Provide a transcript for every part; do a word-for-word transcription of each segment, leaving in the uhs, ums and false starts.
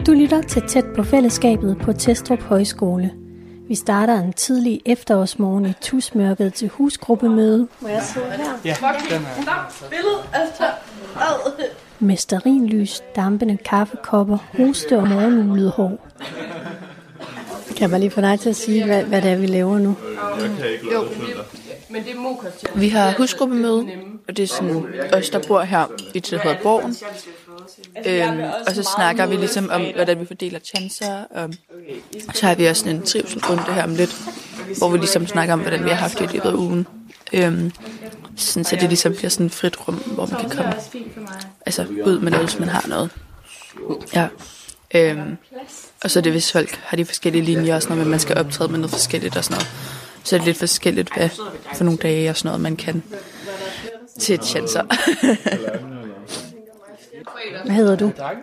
Du lytter til Tæt på fællesskabet på Testrup Højskole. Vi starter en tidlig efterårsmorgen i tusmørket til husgruppemøde. Må jeg sidde her? Ja, den er. Med stearinlys, dampende kaffekopper, hoste og morgenuglet hår. Kan jeg bare lige få dig til at sige, hvad, hvad det er, vi laver nu? Jo. Vi har husgruppemøde, og det er sådan os, der bor her i det, der hedder Borgen. Øhm, og så snakker vi ligesom om, hvordan vi fordeler chancer. Og så har vi også sådan en trivselrunde her om lidt, hvor vi ligesom snakker om, hvordan vi har haft det i løbet af ugen. Øhm, sådan, så det ligesom bliver sådan et frit rum, hvor man kan komme altså, ud med noget, hvis man har noget. Ja. Øhm, og så er det, hvis folk har de forskellige linjer og sådan noget, men man skal optræde med noget forskelligt og sådan noget. Så er det lidt forskelligt, hvad for nogle dage og sådan noget, man kan til chancer. Hvad hedder du? Jeg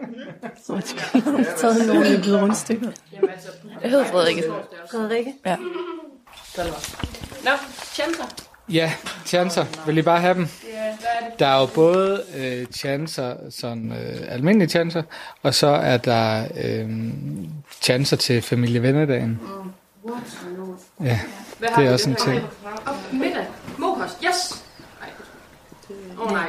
har taget nogle i et rundstykke. Jeg hedder Frederikke. Frederikke? Ja. Nå, chancer. Ja, chancer. Vil I bare have dem? Der er jo både øh, chancer, sådan øh, almindelige chancer, og så er der øh, chancer til familie-vennedagen. Ja, det er også en ting. Middag. Mokost. Yes! Åh nej.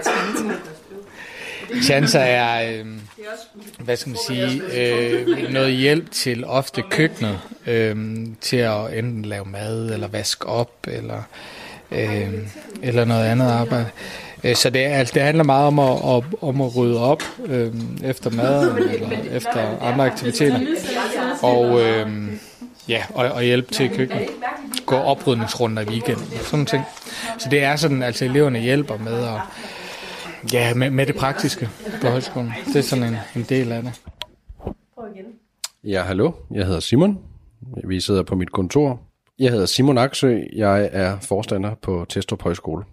Chancer er, øh, hvad skal man sige, øh, noget hjælp til ofte køkkenet, øh, til at enten lave mad, eller vaske op, eller, øh, eller noget andet arbejde. Så det, er, det handler meget om at, at, om at rydde op øh, efter maden, eller efter andre aktiviteter, og, øh, ja, og, og hjælpe til køkkenet. Gå oprydningsrunder i weekenden, sådan nogle ting. Så det er sådan, altså eleverne hjælper med at Ja, med, med det praktiske på højskolen. Det er sådan en, en del af det. Prøv igen. Ja, hallo. Jeg hedder Simon. Vi sidder på mit kontor. Jeg hedder Simon Aksø. Jeg er forstander på Testrup Højskole.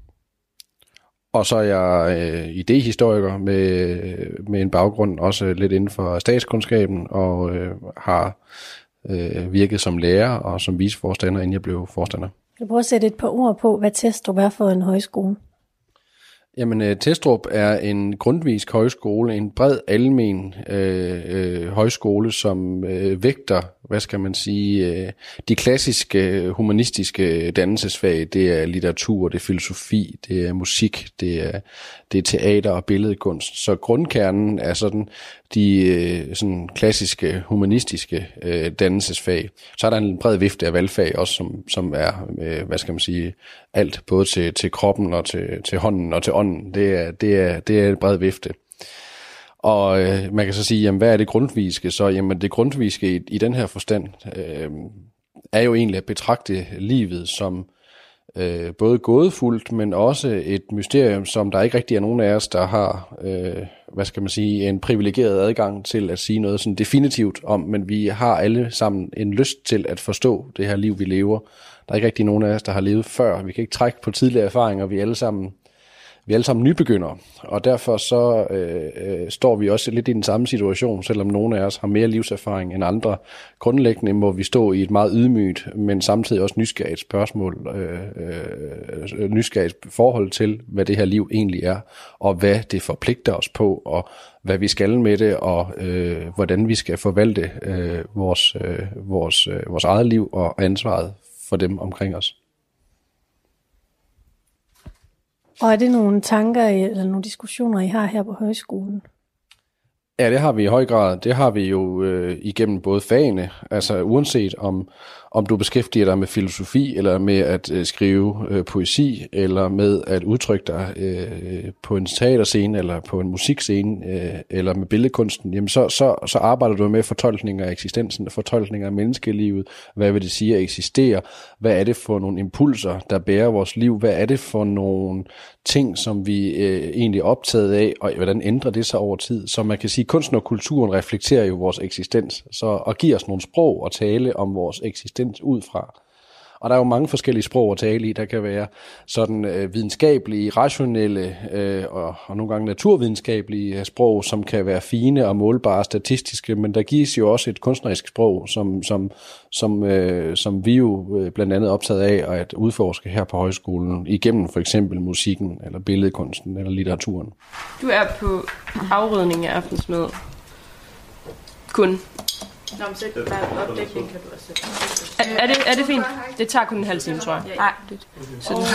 Og så er jeg øh, idéhistoriker med, med en baggrund også lidt inden for statskundskaben, og øh, har øh, virket som lærer og som viceforstander, inden jeg blev forstander. Kan du prøve at sætte et par ord på, hvad Testrup er for en højskole? Jamen, Testrup er en grundtvigsk højskole, en bred almen øh, øh, højskole, som øh, vægter, hvad skal man sige, øh, de klassiske humanistiske dannelsesfag. Det er litteratur, det er filosofi, det er musik, det er, det er teater og billedkunst. Så grundkernen er sådan de øh, sådan klassiske humanistiske øh, dannelsesfag. Så er der en bred vifte af valgfag også, som, som er, øh, hvad skal man sige, alt både til, til kroppen og til, til hånden og til ånden. Det er, det er, det er en bred vifte. Og øh, man kan så sige, jamen, hvad er det grundtvigske? Så jamen, det grundtvigske i, i den her forstand øh, er jo egentlig at betragte livet som øh, både gådefuldt, men også et mysterium, som der ikke rigtig er nogen af os, der har, øh, hvad skal man sige, en privilegeret adgang til at sige noget sådan definitivt om, men vi har alle sammen en lyst til at forstå det her liv, vi lever. Der er ikke rigtig nogen af os, der har levet før. Vi kan ikke trække på tidligere erfaringer. Vi er alle sammen, vi er alle sammen nybegyndere, og derfor så øh, øh, står vi også lidt i den samme situation, selvom nogle af os har mere livserfaring end andre. Grundlæggende må vi stå i et meget ydmygt, men samtidig også nysgerrigt spørgsmål, øh, øh, nysgerrigt forhold til, hvad det her liv egentlig er, og hvad det forpligter os på, og hvad vi skal med det, og øh, hvordan vi skal forvalte øh, vores, øh, vores, øh, vores eget liv og ansvaret for dem omkring os. Og er det nogle tanker eller nogle diskussioner, I har her på højskolen? Ja, det har vi i høj grad. Det har vi jo øh, igennem både fagene, altså uanset om, om du beskæftiger dig med filosofi, eller med at øh, skrive øh, poesi, eller med at udtrykke dig øh, på en teaterscene, eller på en musikscene, øh, eller med billedkunsten, jamen så, så, så arbejder du med fortolkninger af eksistensen, fortolkninger af menneskelivet. Hvad vil det sige at eksistere? Hvad er det for nogle impulser, der bærer vores liv? Hvad er det for nogle ting, som vi øh, egentlig er optaget af, og hvordan ændrer det sig over tid? Så man kan sige, at kunsten og kulturen reflekterer jo vores eksistens, så og giver os nogle sprog at tale om vores eksistens ud fra. Og der er jo mange forskellige sprog at tale i. Der kan være sådan øh, videnskabelige, rationelle øh, og, og nogle gange naturvidenskabelige sprog, som kan være fine og målbare statistiske, men der gives jo også et kunstnerisk sprog, som, som, som, øh, som vi jo øh, blandt andet er optaget af at udforske her på højskolen, igennem for eksempel musikken, eller billedkunsten, eller litteraturen. Du er på afrydning af aftensmad. kun. Nå, men så der opdækning kan du også sætte. Er, er, det, er det fint? Det tager kun en halv time, tror jeg. Nej. Så oh.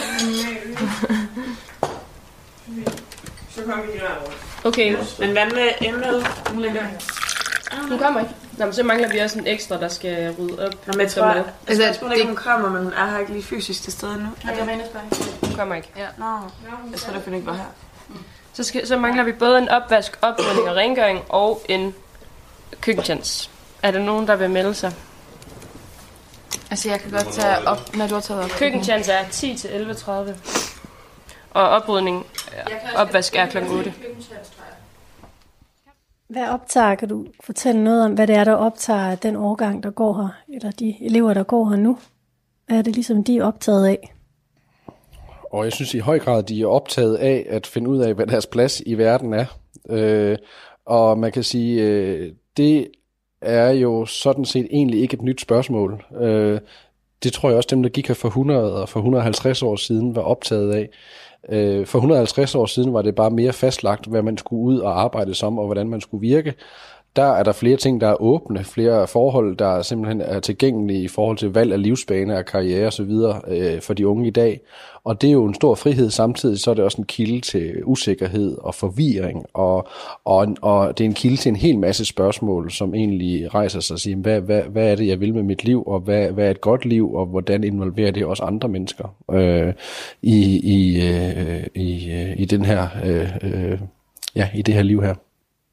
Så kommer vi derovre. Okay. Men hvad med emnet? Hun kommer ikke. Nå, men så mangler vi også en ekstra, der skal rydde op. Nå, men jeg tror, at altså, jeg tror ikke, hun kommer, men hun er her ikke lige fysisk til stede nu. Ja, det er Renes spørg. Hun kommer ikke. Ja. Nå, jeg tror, at hun ikke var her. Så, skal, så mangler vi både en opvask, oprydning og rengøring og en køkkentjans. Er der nogen, der vil melde sig? Altså, jeg kan godt tage op, når du har taget op. Køkkentjans er ti til elleve tredive. Og oprydning, opvask er klokken otte. Hvad optager, kan du fortælle noget om, hvad det er, der optager den årgang, der går her, eller de elever, der går her nu? Hvad er det ligesom, de er optaget af? Og jeg synes i høj grad, de er optaget af at finde ud af, hvad deres plads i verden er. Øh, og man kan sige, øh, det er jo sådan set egentlig ikke et nyt spørgsmål. Øh, det tror jeg også, dem der gik her for hundrede og for et hundrede og halvtreds år siden var optaget af. Øh, for et hundrede og halvtreds år siden var det bare mere fastlagt, hvad man skulle ud og arbejde som, og hvordan man skulle virke. Der er der flere ting, der er åbne, flere forhold, der simpelthen er tilgængelige i forhold til valg af livsbane og karriere osv. Øh, for de unge i dag. Og det er jo en stor frihed, samtidig så er det også en kilde til usikkerhed og forvirring, og, og, og det er en kilde til en hel masse spørgsmål, som egentlig rejser sig og siger, hvad, hvad, hvad er det, jeg vil med mit liv, og hvad, hvad er et godt liv, og hvordan involverer det også andre mennesker øh, i, i, øh, i, øh, i, den her, øh, øh, ja, i det her liv her.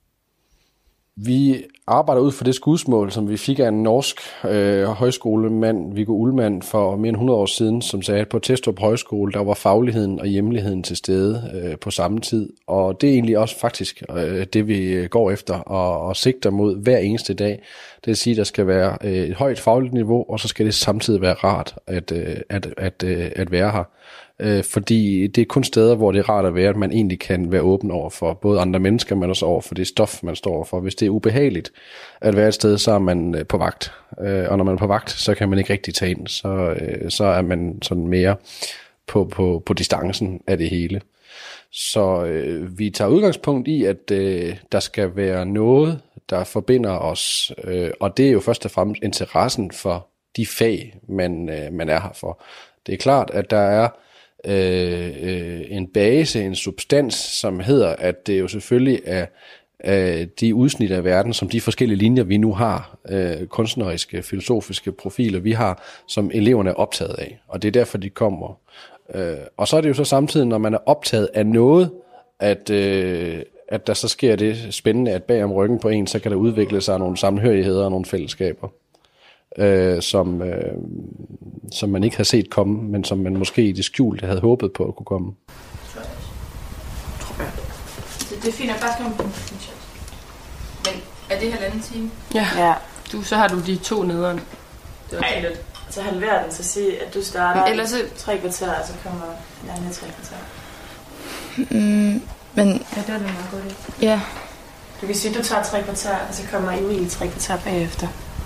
Vi arbejder ud for det skudsmål, som vi fik af en norsk øh, højskolemand, Viggo Ullmann, for mere end hundrede år siden, som sagde, at på Testrup Højskole, der var fagligheden og hjemligheden til stede øh, på samme tid. Og det er egentlig også faktisk øh, det, vi går efter og, og sigter mod hver eneste dag. Det vil sige, at der skal være øh, et højt fagligt niveau, og så skal det samtidig være rart at, øh, at, at, øh, at være her. Øh, fordi det er kun steder, hvor det er rart at være, at man egentlig kan være åben over for både andre mennesker, men også over for det stof, man står overfor. Hvis det er ubehageligt at være et sted, så er man øh, på vagt. Øh, og når man er på vagt, så kan man ikke rigtig tage ind. Så, øh, så er man sådan mere på, på, på distancen af det hele. Så øh, vi tager udgangspunkt i, at øh, der skal være noget, der forbinder os. Øh, og det er jo først og fremmest interessen for de fag, man, øh, man er her for. Det er klart, at der er Øh, øh, en base, en substans, som hedder, at det jo selvfølgelig er øh, de udsnit af verden, som de forskellige linjer, vi nu har, øh, kunstneriske, filosofiske profiler, vi har, som eleverne er optaget af. Og det er derfor, de kommer. Øh, og så er det jo så samtidig, når man er optaget af noget, at, øh, at der så sker det spændende, at bag om ryggen på en, så kan der udvikle sig nogle sammenhørigheder og nogle fællesskaber. Øh, som, øh, som man ikke havde set komme, men som man måske i det skjulte havde håbet på at kunne komme. Tror jeg. Det, det er fint at bare komme på en chance. Men er det halvanden time? Ja. Ja. Du, så har du de to nederen. Det er også lidt. Så halver den, så sig, at du starter eller så tre kvarter, og så kommer jeg med tre kvarter. Mm, men ja, det er det meget godt. Ja. Du kan sige, at du tager tre kvarter, og så kommer Emil i tre kvarter bagefter.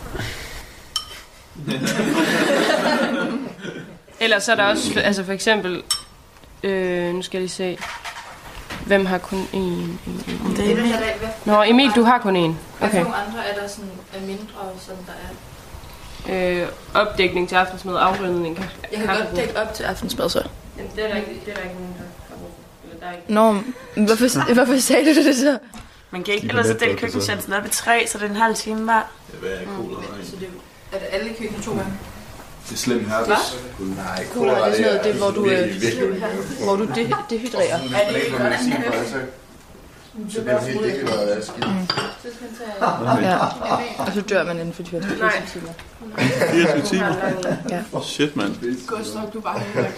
Ellers så er der også, altså for eksempel, øh, nu skal jeg lige se, hvem har kun én? én, Det er Emil. Nå, Emil, du har kun én. Okay. Okay. Nogle andre er der sådan er mindre, som der er. Øh, opdækning til aftensmad, afrydning. Jeg kan godt dække op til aftensmad så. Jamen, det er der ikke, det er der ikke nogen, der har brug for. Eller der er ikke. Nå, hvorfor, hvorfor sagde du det så? Man kan ikke ellers så dele køkkenchancen op i tre, så det er en halv time hver. Ja, hvad er cola? Mm, så det er det alle køkken to gange? Det er slemt her. Nej, cola er sådan noget, det er, hvor du, øh, hvor du de- dehydrerer. Er det ikke godt? Så bliver det helt dehydreret af skidt. Ja, og så dør man inden for de fireogtyve timer. fireogtyve timer? Ja. Shit, mand. Godstnok, du bare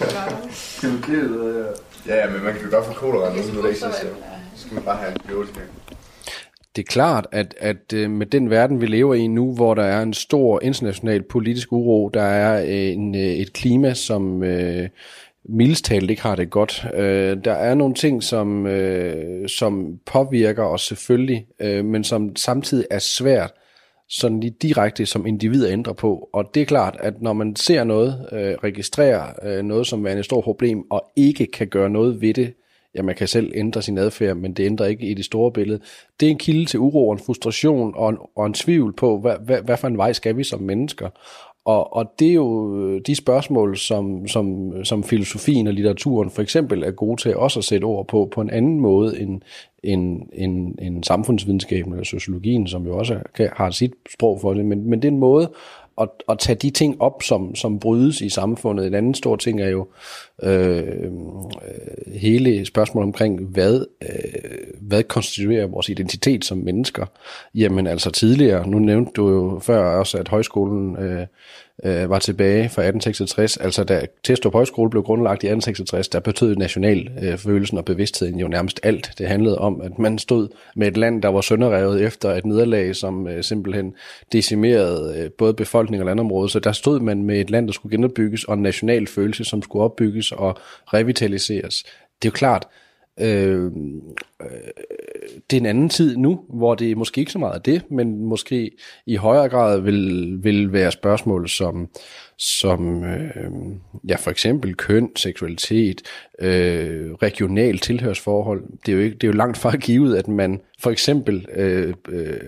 har Ja, men man kan jo godt få kolera, uden det ikke så skal man bare have antibiotika. Det er klart, at, at med den verden, vi lever i nu, hvor der er en stor international politisk uro, der er en, et klima, som øh, mildest talt ikke har det godt. Øh, der er nogle ting, som, øh, som påvirker os selvfølgelig, øh, men som samtidig er svært sådan lige direkte som individ at ændre på. Og det er klart, at når man ser noget, øh, registrerer øh, noget som er et stort problem, og ikke kan gøre noget ved det, ja, man kan selv ændre sin adfærd, men det ændrer ikke i det store billede. Det er en kilde til uro og en frustration og en, og en tvivl på, hvad, hvad, hvad for en vej skal vi som mennesker. Og, og det er jo de spørgsmål, som, som, som filosofien og litteraturen for eksempel er gode til også at sætte ord på, på en anden måde end, end, end, end samfundsvidenskaben eller sociologien, som jo også har sit sprog for det. Men, men det er en måde at, at tage de ting op, som, som brydes i samfundet. En anden stor ting er jo øh, hele spørgsmålet omkring, hvad, øh, hvad konstituerer vores identitet som mennesker. Jamen altså tidligere, nu nævnte du jo før også, at højskolen øh, øh, var tilbage fra atten seksogtres. Altså da Testrup Højskole blev grundlagt i atten seksogtres, der betød nationalfølelsen øh, og bevidstheden jo nærmest alt. Det handlede om, at man stod med et land, der var sønderrevet efter et nederlag, som øh, simpelthen decimerede øh, både befolkning og landområde. Så der stod man med et land, der skulle genopbygges, og en national følelse, som skulle opbygges og revitaliseres. Det er jo klart, øh, øh, det er en anden tid nu, hvor det måske ikke så meget er det, men måske i højere grad vil, vil være spørgsmål som, som øh, ja, for eksempel køn, seksualitet, øh, regional tilhørsforhold. Det er jo, ikke, det er jo langt fra givet, at man for eksempel øh, øh,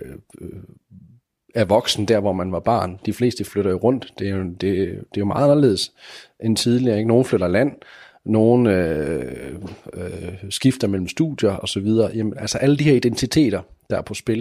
er voksen der, hvor man var barn. De fleste flytter jo rundt. Det er jo, det, det er jo meget anderledes end tidligere. Ikke? Nogen flytter land, nogen øh, øh, skifter mellem studier og så videre. Jamen, altså alle de her identiteter, der er på spil.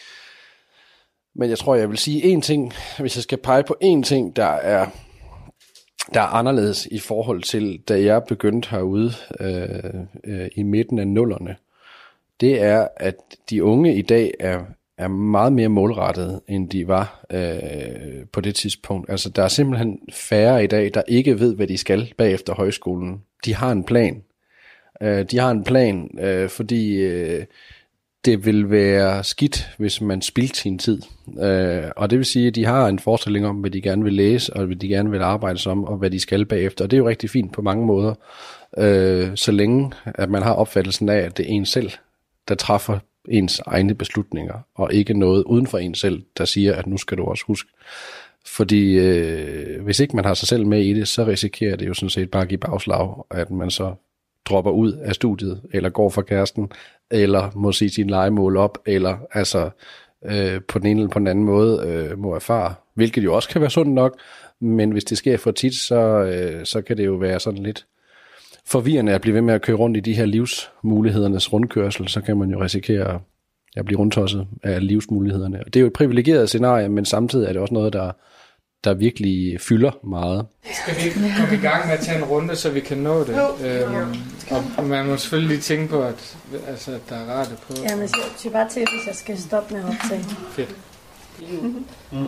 Men jeg tror, jeg vil sige én ting, hvis jeg skal pege på én ting, der er, der er anderledes i forhold til, da jeg begyndte herude øh, øh, i midten af nullerne. Det er, at de unge i dag er er meget mere målrettet, end de var øh, på det tidspunkt. Altså, der er simpelthen færre i dag, der ikke ved, hvad de skal bagefter højskolen. De har en plan. Øh, de har en plan, øh, fordi øh, det vil være skidt, hvis man spilder sin tid. Øh, og det vil sige, at de har en forestilling om, hvad de gerne vil læse, og hvad de gerne vil arbejde som, og hvad de skal bagefter. Og det er jo rigtig fint på mange måder, øh, så længe at man har opfattelsen af, at det er en selv, der træffer ens egne beslutninger, og ikke noget uden for en selv, der siger, at nu skal du også huske. Fordi øh, hvis ikke man har sig selv med i det, så risikerer det jo sådan set bare at give bagslag, at man så dropper ud af studiet, eller går fra kæresten, eller må sige sin legemål op, eller altså øh, på den ene eller på den anden måde øh, må erfare, hvilket jo også kan være sundt nok, men hvis det sker for tit, så, øh, så kan det jo være sådan lidt forvirrende at blive ved med at køre rundt i de her livsmulighedernes rundkørsel, så kan man jo risikere at blive rundtosset af livsmulighederne. Og det er jo et privilegeret scenarie, men samtidig er det også noget, der, der virkelig fylder meget. Skal vi ikke komme i gang med at tage en runde, så vi kan nå det? Øhm, og man må selvfølgelig lige tænke på, at, altså, at der er rette på. Ja, men jeg siger bare til, hvis jeg skal stoppe med at optage. Fedt. Mm.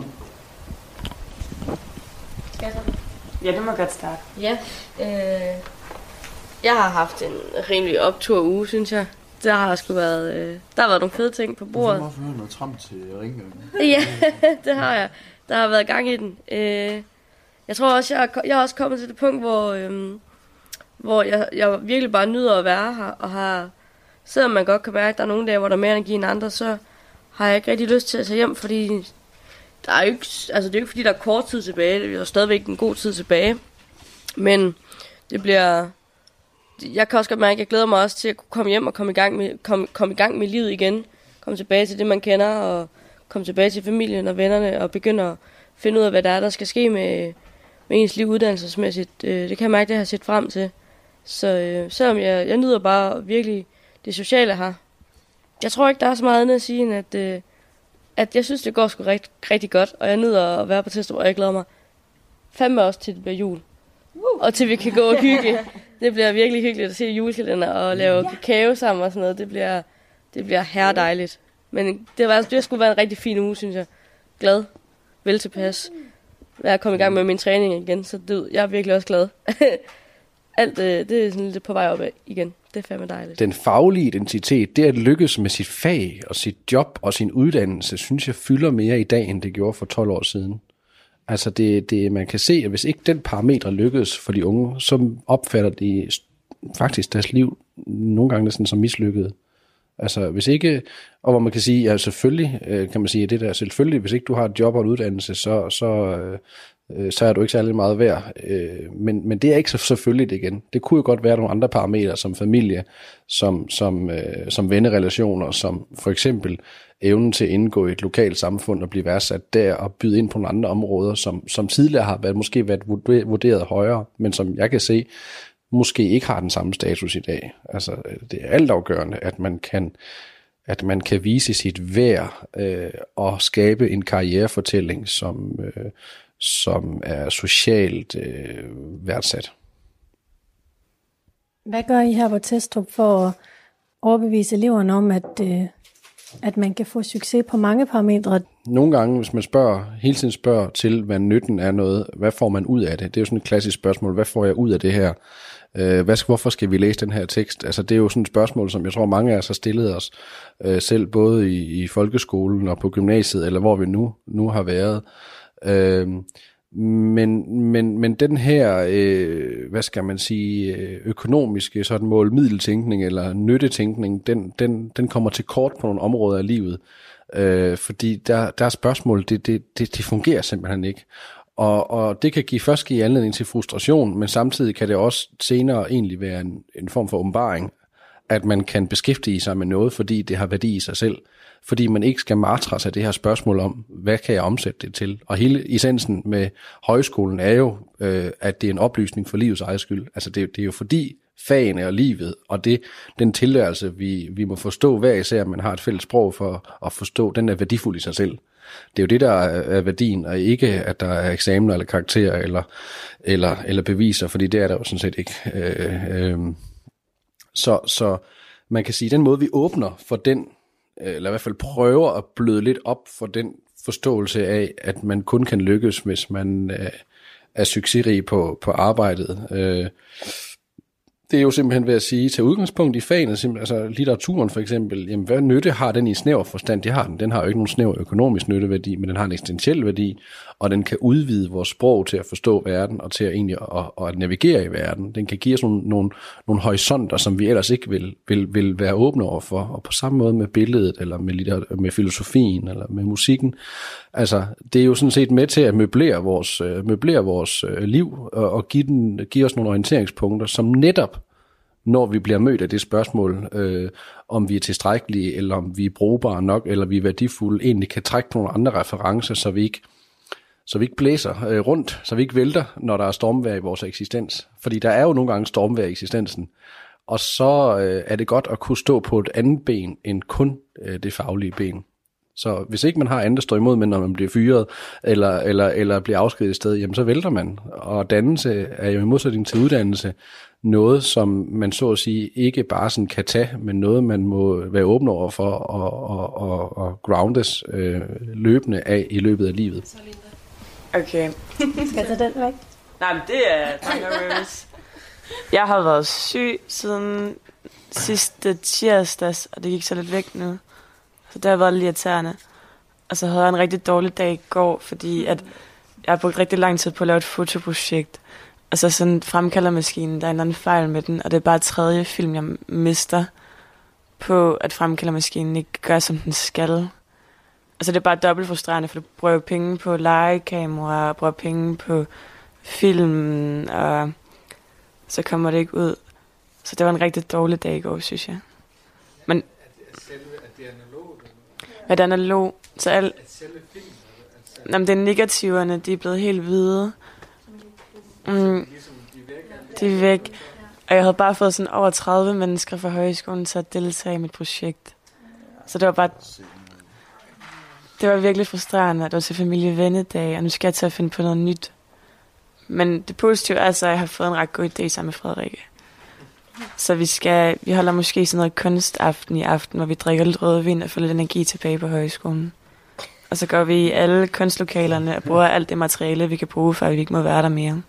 Ja, det må godt starte. Ja, øh, jeg har haft en rimelig optur uge, synes jeg. Der har sgu været, øh, der har været nogle fede ting på bordet. Du har noget tram til rengøringen. Ja, det har jeg. Der har været gang i den. Øh, jeg tror også, jeg er, jeg er også kommet til det punkt, hvor, øh, hvor jeg, jeg virkelig bare nyder at være her, og har, selvom man godt kan mærke, at der er nogle dage, hvor der er mere energi end andre, så har jeg ikke rigtig lyst til at tage hjem, fordi der er jo ikke, altså det er jo ikke fordi, der er kort tid tilbage, det er stadigvæk en god tid tilbage, men det bliver, jeg kan også godt mærke, at jeg glæder mig også til at kunne komme hjem og komme i gang med, komme, komme i gang med livet igen, komme tilbage til det, man kender, og komme tilbage til familien og vennerne, og begynde at finde ud af, hvad der er, der skal ske med, med ens liv uddannelsesmæssigt. Det kan jeg mærke, det har jeg set frem til. Så øh, selvom jeg, jeg nyder bare virkelig det sociale her. Jeg tror ikke, der er så meget andet at sige, end at, øh, at jeg synes, det går sgu rigtig, rigtig godt, og jeg nyder at være på Testrup, og jeg glæder mig fandme også til, det bliver jul. Og til vi kan gå og hygge. Det bliver virkelig hyggeligt at se julekalender og lave kakao sammen og sådan noget. Det bliver, det bliver herredejligt. Men det var det skulle være en rigtig fin uge, synes jeg. Glad. Vel tilpas. Jeg er kommet i gang med min træning igen, så det, jeg er virkelig også glad. Alt det, det er sådan lidt på vej op igen. Det er fandme dejligt. Den faglige identitet, det at lykkes med sit fag og sit job og sin uddannelse, synes jeg fylder mere i dag, end det gjorde for tolv år siden. Altså det, det, man kan se, at hvis ikke den parametre lykkes for de unge, så opfatter de faktisk deres liv nogle gange næsten som mislykket. Altså hvis ikke, og hvor man kan sige, ja selvfølgelig øh, kan man sige, at det der selvfølgelig, hvis ikke du har et job og en uddannelse, så, så, øh, så er du ikke særlig meget værd. Øh, men, men det er ikke så selvfølgelig igen. Det kunne jo godt være nogle andre parametre som familie, som, som, øh, som vennerelationer, som for eksempel evnen til at indgå i et lokalt samfund og blive værdsat der og byde ind på nogle andre områder, som, som tidligere har været, måske været vurderet højere, men som jeg kan se, måske ikke har den samme status i dag. Altså, det er altafgørende, at man kan, at man kan vise sit værd øh, og skabe en karrierefortælling, som, øh, som er socialt øh, værdsat. Hvad gør I her på Testrup for at overbevise eleverne om, at, øh, at man kan få succes på mange parametre? Nogle gange, hvis man spørger, hele tiden spørger til, hvad nytten er noget, hvad får man ud af det? Det er jo sådan et klassisk spørgsmål, hvad får jeg ud af det her? Øh, hvad, hvorfor skal vi læse den her tekst? Altså det er jo sådan et spørgsmål, som jeg tror mange af os har stillet os øh, selv, både i, i folkeskolen og på gymnasiet, eller hvor vi nu, nu har været. Øh, men, men, men den her, øh, hvad skal man sige, økonomiske sådan mål-middeltænkning eller nyttetænkning, den, den, den kommer til kort på nogle områder af livet. Øh, fordi der, der er spørgsmål, det, det, det, det fungerer simpelthen ikke. Og, og det kan give, først give anledning til frustration, men samtidig kan det også senere egentlig være en, en form for åbenbaring, at man kan beskæftige sig med noget, fordi det har værdi i sig selv. Fordi man ikke skal martres af det her spørgsmål om, hvad kan jeg omsætte det til? Og hele essensen med højskolen er jo, øh, at det er en oplysning for livets egen skyld. Altså det, det er jo fordi fagene og livet, og det, den tilværelse, vi, vi må forstå hver især, man har et fælles sprog for at forstå, den er værdifuld i sig selv. Det er jo det, der er værdien, og ikke, at der er eksamener eller karakterer eller, eller, eller beviser, fordi det er der jo sådan set ikke. Øh, øh, så, så man kan sige, at den måde, vi åbner for den, eller i hvert fald prøver at bløde lidt op for den forståelse af, at man kun kan lykkes, hvis man øh, er succesrig på, på arbejdet. Øh, Det er jo simpelthen ved at sige, tage udgangspunkt i fagene, altså litteraturen for eksempel, jamen hvad nytte har den i snæver forstand? Det har den. Den har jo ikke nogen snæver økonomisk nytteværdi, men den har en eksistentiel værdi, og den kan udvide vores sprog til at forstå verden, og til at egentlig at, at navigere i verden. Den kan give os nogle, nogle, nogle horisonter, som vi ellers ikke vil, vil, vil være åbne over for, og på samme måde med billedet, eller med, litter, med filosofien, eller med musikken. Altså, det er jo sådan set med til at møblere vores, møblere vores liv, og, og give, den, give os nogle orienteringspunkter, som netop når vi bliver mødt af det spørgsmål, øh, om vi er tilstrækkelige, eller om vi er brugbare nok, eller vi er værdifulde, egentlig kan trække på nogle andre referencer, så vi ikke, så vi ikke blæser øh, rundt, så vi ikke vælter, når der er stormvejr i vores eksistens. Fordi der er jo nogle gange stormvejr i eksistensen, og så øh, er det godt at kunne stå på et andet ben, end kun øh, det faglige ben. Så hvis ikke man har andet at stå imod med, når man bliver fyret, eller, eller, eller bliver afskediget et sted, jamen så vælter man. Og dannelse er jo i modsætning til uddannelse noget, som man så at sige ikke bare sådan kan tage, men noget, man må være åben over for og, og, og, og groundes øh, løbende af i løbet af livet. Okay. Skal jeg tage den væk? Nej, men det er nervøs. Jeg har været syg siden sidste tirsdags, og det gik så lidt væk nu. Så det har været lidt irriterende. Og så havde jeg en rigtig dårlig dag i går, fordi at jeg har brugt rigtig lang tid på at lave et fotoprojekt. Og så sådan fremkalder maskinen, der er en eller anden fejl med den, og det er bare tredje film, jeg mister på, at fremkalder maskinen ikke gør, som den skal. Altså det er bare dobbelt frustrerende, for du bruger penge på legekamera, og bruger penge på film, og så kommer det ikke ud. Så det var en rigtig dårlig dag i går, synes jeg. Men ja, det er analog. Så al... Jamen, det er negativerne, de er blevet helt hvide. Mm, de er væk. Og jeg havde bare fået sådan over tredive mennesker fra højskolen til at deltage i mit projekt. Så det var bare... Det var virkelig frustrerende, at det var til familievennedag, og nu skal jeg til at finde på noget nyt. Men det positive er så, at jeg har fået en ret god idé sammen med Frederikke. Så vi skal, vi holder måske sådan noget kunstaften i aften, hvor vi drikker lidt rødvin og får lidt energi tilbage på højskolen. Og så går vi i alle kunstlokalerne og bruger alt det materiale, vi kan bruge, for at vi ikke må være der mere.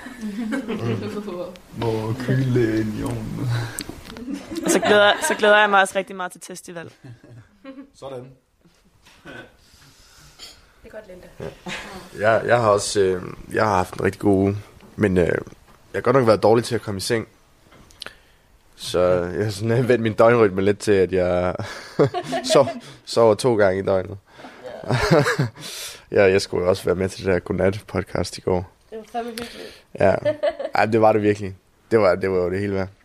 Må kyle ind i ovnen. Og så glæder, så glæder jeg mig også rigtig meget til festival. Sådan. Det er godt, Linda. Ja. Jeg, jeg har også øh, jeg har haft en rigtig god uge, men øh, jeg har godt nok været dårlig til at komme i seng. Så jeg har sådan vendt min døgnrytme lidt til, at jeg sov, sover to gange i døgnet. Ja, jeg skulle jo også være med til det der godnat-podcast i går. Det var fandme hyggeligt. Ja, ej, det var det virkelig. Det var, det var jo det hele værd.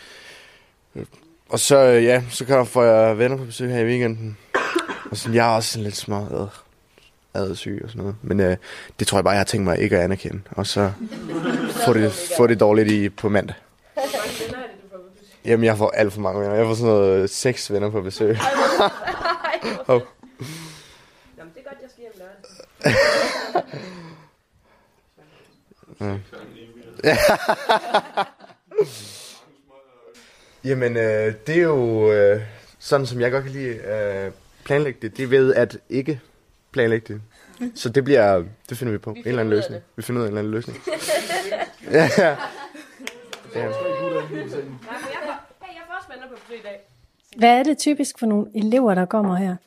Og så, ja, så kan jeg få jeg venner på besøg her i weekenden. Og sådan, jeg er også sådan lidt småt adsyg og sådan noget. Men øh, det tror jeg bare, jeg har tænkt mig ikke at anerkende. Og så få det, få det dårligt i på mandag. Jamen, jeg får alt for mange venner. Jeg får sådan noget seks venner på besøg. oh. Jamen, det er godt, jeg skal hjem lørdag. Ja. Jamen, øh, det er jo øh, sådan, som jeg godt kan lide øh, planlægge det. Det er ved at ikke planlægge det. Så det bliver, det finder vi på. Vi en eller anden løsning. Vi finder ud af en eller anden løsning. ja. ja. Hvad er det typisk for nogle elever, der kommer her?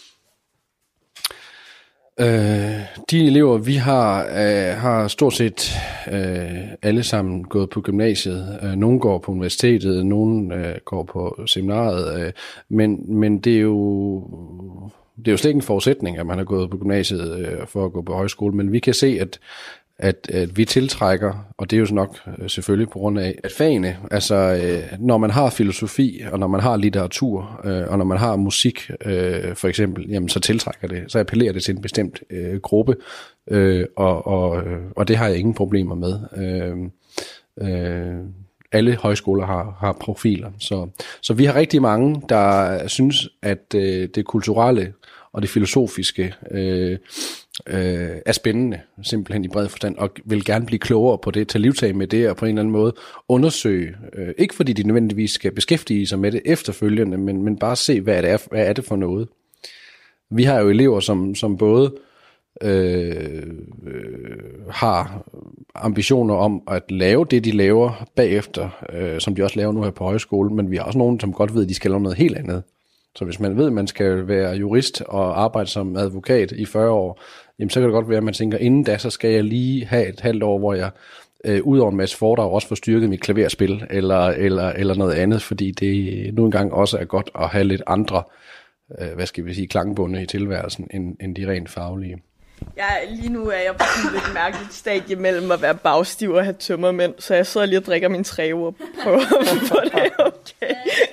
Øh, de elever, vi har, øh, har stort set øh, alle sammen gået på gymnasiet. Øh, nogle går på universitetet, nogle øh, går på seminariet. Øh, men, men det er jo... Det er jo slet ikke en forudsætning, at man har gået på gymnasiet øh, for at gå på højskole, men vi kan se, at, at, at vi tiltrækker, og det er jo nok øh, selvfølgelig på grund af, at fagene, altså øh, når man har filosofi, og når man har litteratur, øh, og når man har musik øh, for eksempel, jamen så tiltrækker det, så appellerer det til en bestemt øh, gruppe, øh, og, og, og det har jeg ingen problemer med. Øh, øh, Alle højskoler har, har profiler, så, så vi har rigtig mange, der synes, at øh, det kulturelle og det filosofiske øh, øh, er spændende, simpelthen i bred forstand, og vil gerne blive klogere på det, tage livtag med det, og på en eller anden måde undersøge, øh, ikke fordi de nødvendigvis skal beskæftige sig med det efterfølgende, men, men bare se, hvad det er, hvad er det for noget. Vi har jo elever, som, som både Øh, øh, har ambitioner om at lave det, de laver bagefter, øh, som de også laver nu her på højskole, men vi har også nogen, som godt ved, at de skal lave noget helt andet. Så hvis man ved, at man skal være jurist og arbejde som advokat i fyrre år, jamen så kan det godt være, at man tænker, inden da, så skal jeg lige have et halvt år, hvor jeg øh, ud over en masse foredrag også får styrket mit klaverspil, eller, eller, eller noget andet, fordi det nu engang også er godt at have lidt andre, øh, hvad skal vi sige, klangbunde i tilværelsen, end, end de rent faglige. Ja, lige nu er jeg på sådan lidt mærkeligt stadie mellem at være bagstiv og have tømmermænd, så jeg sidder lige og drikker min træve og prøver at få det okay.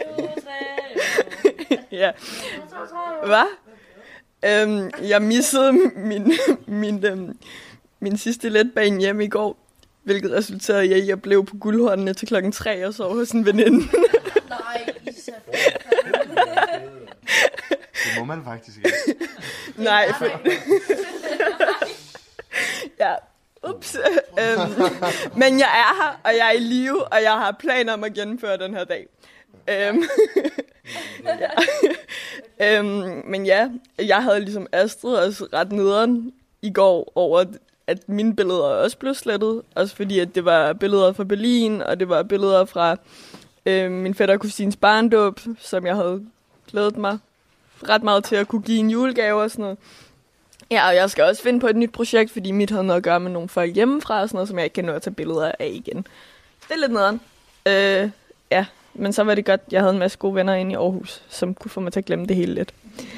Ja. Hvad? Øhm, jeg missede min, min, øhm, min sidste letbane hjemme i går, hvilket resulterede i, at jeg blev på Guldhornene til klokken tre og sov hos en veninde. Nej, Isa. Det må man faktisk ikke. Nej, for... ja, ups. øhm, men jeg er her, og jeg er i live, og jeg har planer om at gennemføre den her dag. Øhm, ja. øhm, men ja, jeg havde ligesom Astrid også ret nederen i går over, at mine billeder også blev slettet. Også fordi, at det var billeder fra Berlin, og det var billeder fra øh, min fætter og kusines barndåb, som jeg havde glædet mig ret meget til at kunne give en julegave og sådan noget. Ja, og jeg skal også finde på et nyt projekt, fordi mit havde noget at gøre med nogle folk hjemmefra og sådan noget, som jeg ikke kan nå at tage billeder af igen. Det er lidt nederen. Øh, ja, men så var det godt, jeg havde en masse gode venner inde i Aarhus, som kunne få mig til at glemme det hele lidt.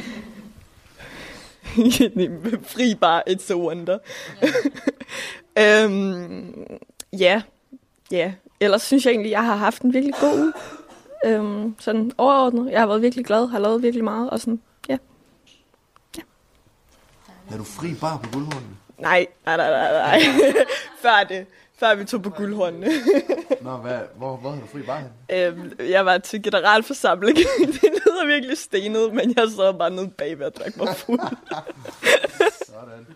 Fri bar, it's a wonder. øhm, ja, ja. Ellers synes jeg egentlig, jeg har haft en virkelig god uge. Øhm, sådan overordnet. Jeg har været virkelig glad, har lavet virkelig meget, og sådan, ja. ja. Er du fri bar på Guldhornene? Nej, nej, nej, nej, nej. Før det. Før vi tog på Guldhornene. Nå, hvad, hvor, hvor havde du fri bar hen? Øhm, jeg var til generalforsamling. Det lyder virkelig stenet, men jeg sad bare nede bagved og drak mig fuld. Sådan.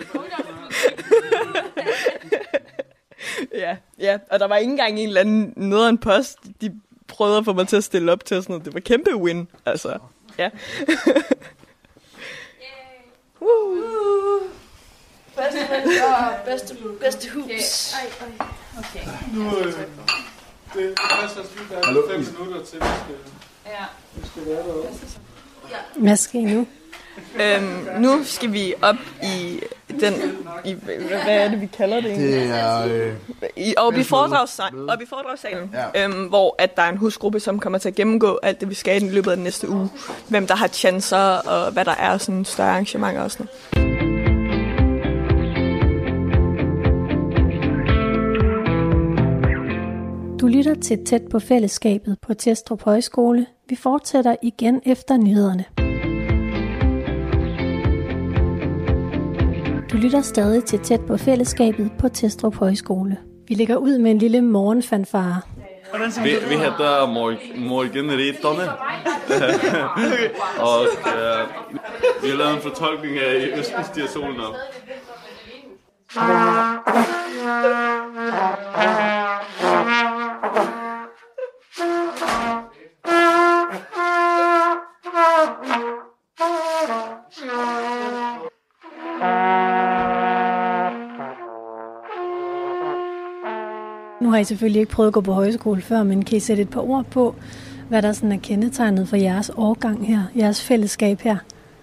ja, ja, og der var ikke engang en eller anden nederen post. De prøvede at få mig til at stille op til sådan noget. Det var kæmpe win, altså. Ja. Woo! Bedste mennesker, bedste, bedste hus. Okay. okay. Nu, øh, det passer slut, der er fem minutter til, vi skal, ja. vi skal være deroppe. Hvad skal I nu? Øhm, nu skal vi op i den, i, hvad er det, vi kalder det egentlig? Det er... Øh, I, oppe, i foredragssalen, oppe i foredragssalen, ja. øhm, hvor at der er en husgruppe, som kommer til at gennemgå alt det, vi skal i løbet af den næste uge. Hvem der har chancer, og hvad der er sådan større arrangementer og sådan noget. Du lytter til Tæt på fællesskabet på Testrup Højskole. Vi fortsætter igen efter nyhederne. Du lytter stadig til Tæt på fællesskabet på Testrup Højskole. Vi lægger ud med en lille morgenfanfare. Vi, vi heter Morgenriterne, og uh, vi har lavet en fortolkning af I Østen stiger solen op. Nu har I selvfølgelig ikke prøvet at gå på højskole før, men kan I sætte et par ord på, hvad der sådan er kendetegnet for jeres årgang her, jeres fællesskab her?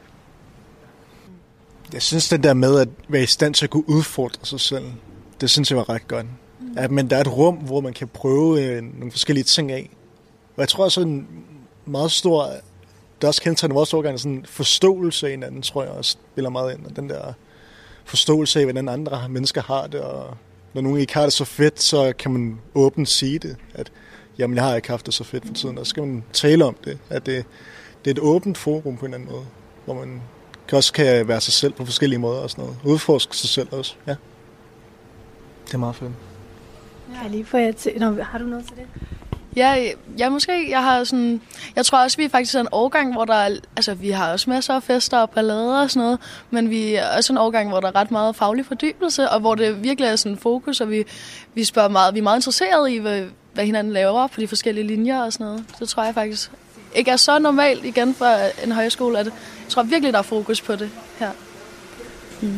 Jeg synes, det der med at være i stand til at kunne udfordre sig selv, det synes jeg var ret godt. At, men der er et rum, hvor man kan prøve øh, nogle forskellige ting af. Og jeg tror også, en meget stor, det er også kendetegnet vores årgang, sådan en forståelse af hinanden, tror jeg også spiller meget ind. Og den der forståelse af, hvordan andre mennesker har det, og når nogen ikke har det så fedt, så kan man åbent sige det, at jamen, jeg har ikke haft det så fedt for tiden, og så skal man tale om det, at det, det er et åbent forum på en anden måde, hvor man også kan være sig selv på forskellige måder og sådan noget. Udforske sig selv også, ja. Det er meget fedt. Ja, jeg lige får jeg til. Nå, har du noget til det? Ja, ja, måske. Jeg har sådan, jeg tror også, vi er faktisk en årgang, hvor der er, altså vi har også masser af fester og ballader og sådan noget, men vi er også en årgang, hvor der er ret meget faglig fordybelse, og hvor det virkelig er sådan fokus, og vi, vi spørger meget, vi er meget interesserede i, hvad, hvad hinanden laver på de forskellige linjer og sådan noget. Det tror jeg faktisk ikke er så normalt igen for en højskole, at jeg tror virkelig, der er fokus på det her. Mm.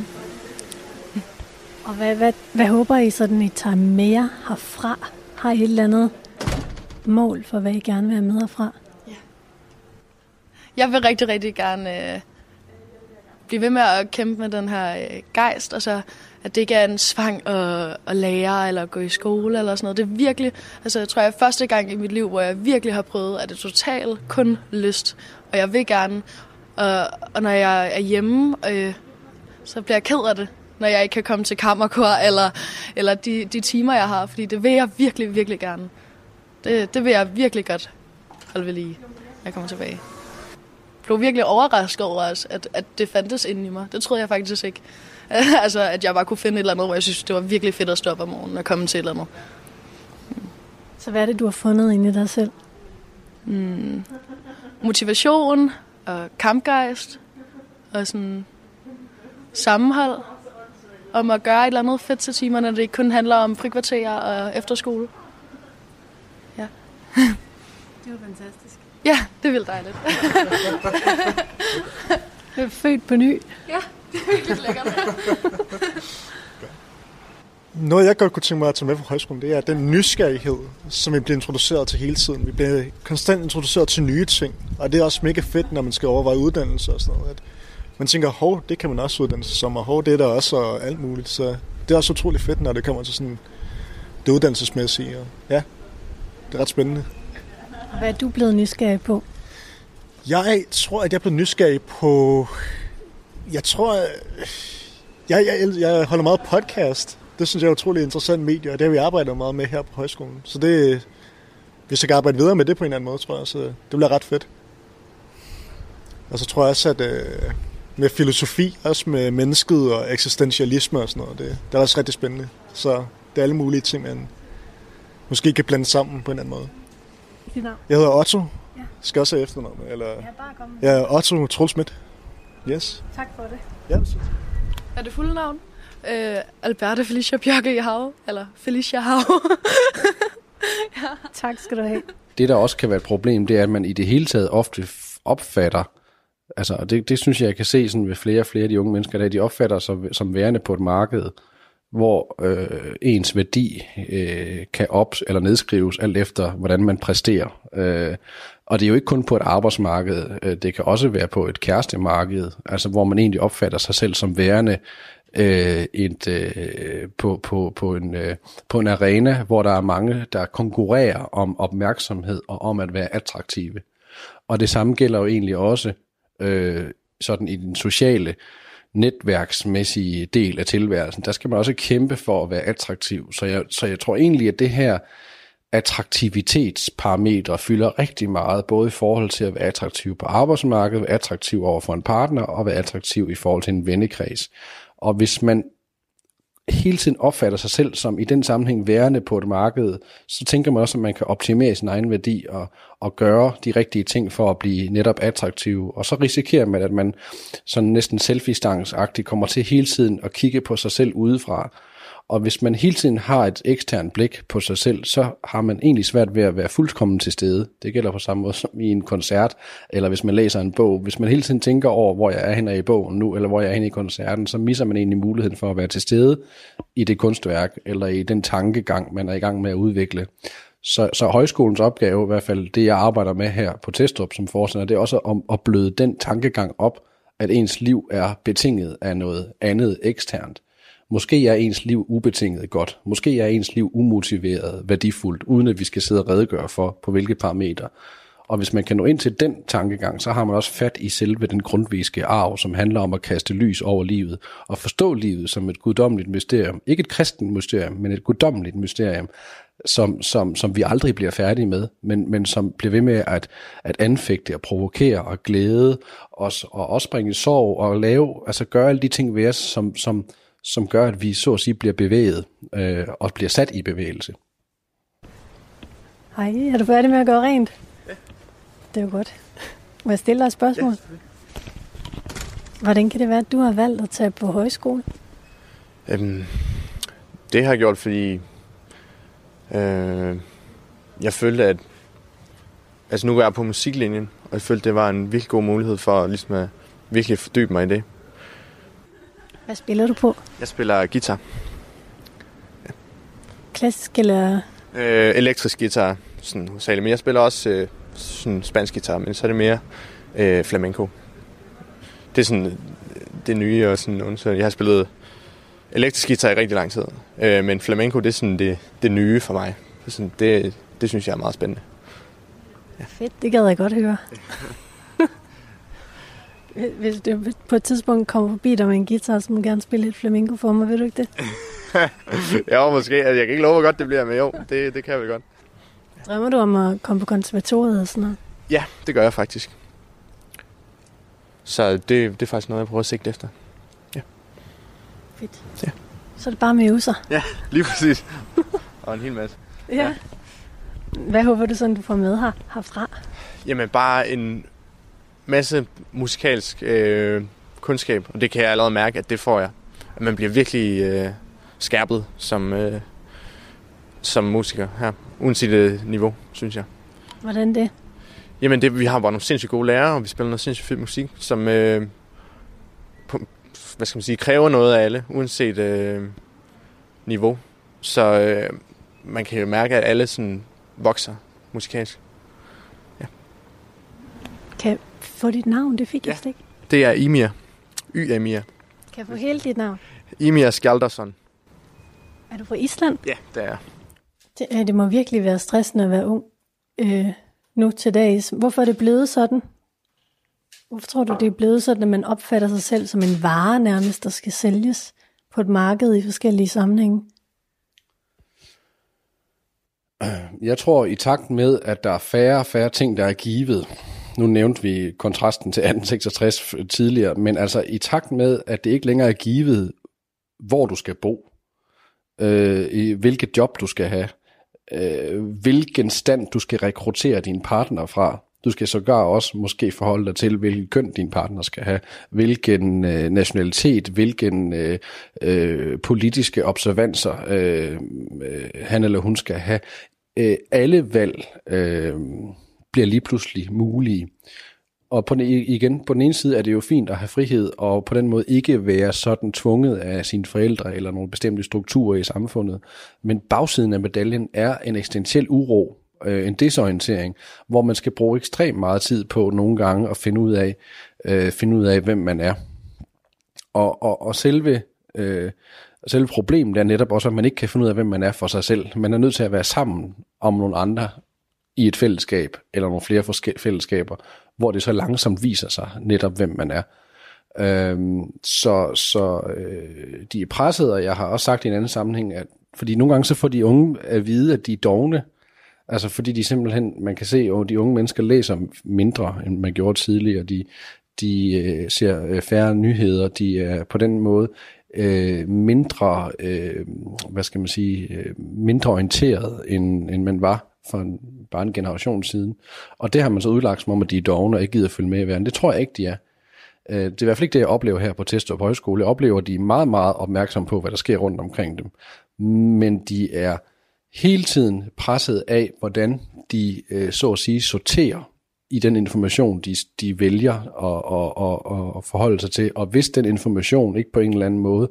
Og hvad, hvad, hvad håber I sådan, I tager mere herfra? Har I et eller andet mål for, hvad I gerne vil have med herfra? Ja. Jeg vil rigtig, rigtig gerne øh, blive ved med at kæmpe med den her øh, gejst, og så at det ikke er en svang at, at lære eller at gå i skole eller sådan noget. Det er virkelig, altså jeg tror, jeg er første gang i mit liv, hvor jeg virkelig har prøvet, at det er totalt kun lyst, og jeg vil gerne, og, og når jeg er hjemme, øh, så bliver jeg ked af det, når jeg ikke kan komme til kammerkor, eller, eller de, de timer, jeg har, fordi det vil jeg virkelig, virkelig gerne. Det, det vil jeg virkelig godt holde ved lige, når jeg kommer tilbage. Jeg blev virkelig overrasket over, at, at det fandtes inde i mig. Det troede jeg faktisk ikke. Altså, at jeg bare kunne finde et eller andet, hvor jeg synes, det var virkelig fedt at stå op om morgenen og komme til et eller andet. Mm. Så hvad er det, du har fundet inde i dig selv? Mm. Motivation og kampgejst og sådan sammenhold om at gøre et eller andet fedt til timerne, det ikke kun handler om frikvarterer og efterskole. Ja. Det var fantastisk. Ja, det er vildt dejligt. Du er født på ny. Ja, det er virkelig lækkert. Noget, jeg godt kunne tænke mig at tage med fra højskolen, det er den nysgerrighed, som vi bliver introduceret til hele tiden. Vi bliver konstant introduceret til nye ting, og det er også mega fedt, når man skal overveje uddannelse og sådan noget. At man tænker, hov, det kan man også uddanne sig som, og hov, det er der også og alt muligt. Så det er også utrolig fedt, når det kommer til sådan det uddannelsesmæssige. Og ja, det er ret spændende. Og hvad er du blevet nysgerrig på? Jeg tror, at jeg er blevet nysgerrig på... Jeg tror, jeg, jeg, jeg holder meget podcast. Det synes jeg er utrolig interessant medie, og det har vi arbejdet meget med her på højskolen. Så det, hvis jeg kan arbejde videre med det på en eller anden måde, tror jeg, så det bliver ret fedt. Og så tror jeg også, at øh, med filosofi, også med mennesket og eksistentialisme og sådan noget, det, det er også rigtig spændende. Så det er alle mulige ting, man måske kan blande sammen på en anden måde. Jeg hedder Otto. Ja. Skal også have efternavn, eller? Ja, bare kom. Jeg er Otto Troelsmidt. Yes. Tak for det. Ja, er det fulde navn? Øh, Alberte Felicia Bjørke i Hav, eller Felicia Hav. Ja. Tak skal du have. Det, der også kan være et problem, det er, at man i det hele taget ofte opfatter, altså, og det, det synes jeg, jeg kan se sådan ved flere og flere af de unge mennesker, der de opfatter sig som værende på et marked, hvor øh, ens værdi øh, kan op- eller nedskrives alt efter, hvordan man præsterer. Øh, og det er jo ikke kun på et arbejdsmarked, øh, det kan også være på et kærestemarked, altså hvor man egentlig opfatter sig selv som værende øh, et, øh, på, på, på, en, øh, på en arena, hvor der er mange, der konkurrerer om opmærksomhed og om at være attraktive. Og det samme gælder jo egentlig også øh, sådan i den sociale, netværksmæssige del af tilværelsen. Der skal man også kæmpe for at være attraktiv. Så jeg, så jeg tror egentlig, at det her attraktivitetsparametre fylder rigtig meget, både i forhold til at være attraktiv på arbejdsmarkedet, være attraktiv over for en partner, og være attraktiv i forhold til en vennekreds. Og hvis man hele tiden opfatter sig selv som i den sammenhæng værende på et marked, så tænker man også, at man kan optimere sin egen værdi og, og gøre de rigtige ting for at blive netop attraktiv. Og så risikerer man, at man sådan næsten selfie-stangsagtigt kommer til hele tiden at kigge på sig selv udefra. Og hvis man hele tiden har et eksternt blik på sig selv, så har man egentlig svært ved at være fuldkommen til stede. Det gælder på samme måde som i en koncert, eller hvis man læser en bog. Hvis man hele tiden tænker over, hvor jeg er henne i bogen nu, eller hvor jeg er henne i koncerten, så misser man egentlig muligheden for at være til stede i det kunstværk, eller i den tankegang, man er i gang med at udvikle. Så, så højskolens opgave, i hvert fald det, jeg arbejder med her på Testrup som forstander, det er også om at bløde den tankegang op, at ens liv er betinget af noget andet eksternt. Måske er ens liv ubetinget godt. Måske er ens liv umotiveret, værdifuldt, uden at vi skal sidde og redegøre for, på hvilke parametre. Og hvis man kan nå ind til den tankegang, så har man også fat i selve den grundviske arv, som handler om at kaste lys over livet, og forstå livet som et guddommeligt mysterium. Ikke et kristent mysterium, men et guddommeligt mysterium, som, som, som vi aldrig bliver færdige med, men, men som bliver ved med at, at anfægte og provokere og glæde os, og også bringe sorg og lave, altså gøre alle de ting ved os, som, som som gør, at vi så at sige bliver bevæget øh, og bliver sat i bevægelse. Hej, er du færdig med at gøre rent? Ja. Det er jo godt. Må jeg stille dig et spørgsmål? Ja. Hvordan kan det være, at du har valgt at tage på højskole? Øhm, det har jeg gjort, fordi øh, jeg følte, at altså nu var jeg på musiklinjen, og jeg følte, det var en virkelig god mulighed for ligesom at virkelig fordybe mig i det. Hvad spiller du på? Jeg spiller guitar. Ja. Klassisk eller? Øh, elektrisk guitar, sådan hovedsageligt. Men jeg spiller også øh, sådan spansk guitar, men så er det mere øh, flamenco. Det er sådan det nye og sådan undersøgt. Jeg har spillet elektrisk guitar i rigtig lang tid, øh, men flamenco, det er sådan det, det nye for mig. Det, sådan, det, det synes jeg er meget spændende. Ja. Fedt, det gad jeg godt høre. Hvis du på et tidspunkt kommer forbi dig med en guitar, så må du gerne spille et flamenco for mig, ved du ikke det? Ja, måske. Altså, jeg kan ikke love, hvor godt det bliver, men jo, det, det kan jeg vel godt. Drømmer du om at komme på konservatoriet og sådan noget? Ja, det gør jeg faktisk. Så det, det er faktisk noget, jeg prøver at sigte efter. Ja. Fedt. Ja. Så er det bare med øvelser. Ja, lige præcis. Og en hel masse. Ja. Ja. Hvad håber du sådan, du får med her, herfra? Jamen, bare en masse musikalsk øh, kundskab, og det kan jeg allerede mærke, at det får jeg. At man bliver virkelig øh, skærpet som, øh, som musiker her, uanset det niveau, synes jeg. Hvordan det? Jamen, det, vi har bare nogle sindssygt gode lærere, og vi spiller noget sindssygt fed musik, som øh, på, hvad skal man sige, kræver noget af alle, uanset øh, niveau. Så øh, man kan jo mærke, at alle sådan vokser musikalsk. Ja. Kan jeg få dit navn? Det fik ja. jeg ikke. Det er Ymir. Y-Emir. Kan jeg få hele dit navn? Ymir Skjaldarsson. Er du fra Island? Ja, det er jeg. Det, det må virkelig være stressende at være ung øh, nu til dags. Hvorfor er det blevet sådan? Hvorfor tror du, det er blevet sådan, at man opfatter sig selv som en vare nærmest, der skal sælges på et marked i forskellige sammenhænge? Jeg tror, i takt med, at der er færre og færre ting, der er givet. Nu nævnte vi kontrasten til atten seksogtres tidligere, men altså i takt med, at det ikke længere er givet, hvor du skal bo, øh, i hvilket job du skal have, øh, hvilken stand du skal rekruttere din partner fra. Du skal sågar også måske forholde dig til, hvilken køn din partner skal have, hvilken øh, nationalitet, hvilken øh, øh, politiske observanser øh, øh, han eller hun skal have. Øh, alle valg øh, bliver lige pludselig mulige. Og på den, igen, på den ene side er det jo fint at have frihed, og på den måde ikke være sådan tvunget af sine forældre eller nogle bestemte strukturer i samfundet. Men bagsiden af medaljen er en eksistentiel uro, en desorientering, hvor man skal bruge ekstremt meget tid på nogle gange at finde ud af, øh, finde ud af hvem man er. Og, og, og selve Øh, selve problemet er netop også, at man ikke kan finde ud af, hvem man er for sig selv. Man er nødt til at være sammen om nogle andre i et fællesskab, eller nogle flere fællesskaber, hvor det så langsomt viser sig netop, hvem man er. Øhm, så så øh, de er presset, og jeg har også sagt i en anden sammenhæng, at fordi nogle gange så får de unge at vide, at de er dovne, altså fordi de simpelthen, man kan se, at de unge mennesker læser mindre, end man gjorde tidligere, de, de øh, ser færre nyheder, de er på den måde øh, mindre, øh, hvad skal man sige, øh, mindre orienteret, end, end man var for en, bare en generation siden. Og det har man så udlagt som om, at de er dovne og ikke gider følge med i verden. Det tror jeg ikke, de er. Det er i hvert fald ikke det, jeg oplever her på Testrup Højskole. Jeg oplever, at de er meget, meget opmærksomme på, hvad der sker rundt omkring dem. Men de er hele tiden presset af, hvordan de, så at sige, sorterer i den information, de, de vælger at, at, at, at forholde sig til. Og hvis den information ikke på en eller anden måde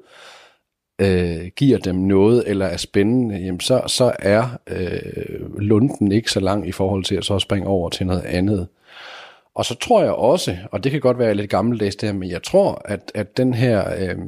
øh, giver dem noget, eller er spændende, jamen så, så er øh, lunden ikke så lang i forhold til at så springe over til noget andet. Og så tror jeg også, og det kan godt være lidt gammeldags det her, men jeg tror, at, at den her øh,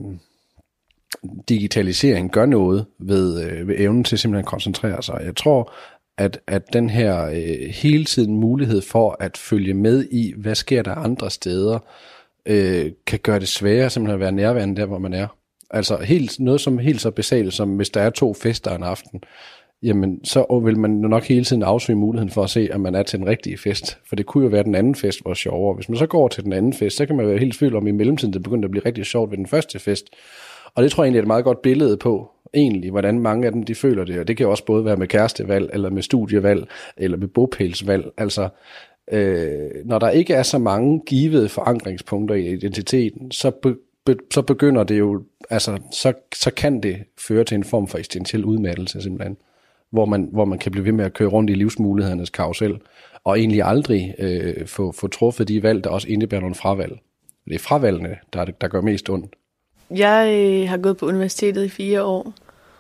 digitalisering gør noget ved, øh, ved evnen til simpelthen at koncentrere sig. Jeg tror, at, at den her øh, hele tiden mulighed for at følge med i, hvad sker der andre steder, øh, kan gøre det sværere simpelthen at være nærværende der, hvor man er. Altså helt, noget som helt så basalt som, hvis der er to fester en aften, jamen så vil man nok hele tiden afsøge muligheden for at se, at man er til den rigtige fest. For det kunne jo være, at den anden fest var sjovere. Hvis man så går til den anden fest, så kan man være helt tvivl om, i mellemtiden det begynder at blive rigtig sjovt ved den første fest. Og det tror jeg egentlig er et meget godt billede på, egentlig, hvordan mange af dem de føler det. Og det kan jo også både være med kærestevalg, eller med studievalg, eller med bopælsvalg. Altså, øh, når der ikke er så mange givede forankringspunkter i identiteten, så, be, be, så begynder det jo, altså, så, så kan det føre til en form for eksistentiel udmattelse simpelthen. Hvor man, hvor man kan blive ved med at køre rundt i livsmulighedernes karusel, og egentlig aldrig øh, få, få truffet de valg, der også indebærer nogle fravalg. Det er fravalgene, der, der gør mest ondt. Jeg øh, har gået på universitetet i fire år,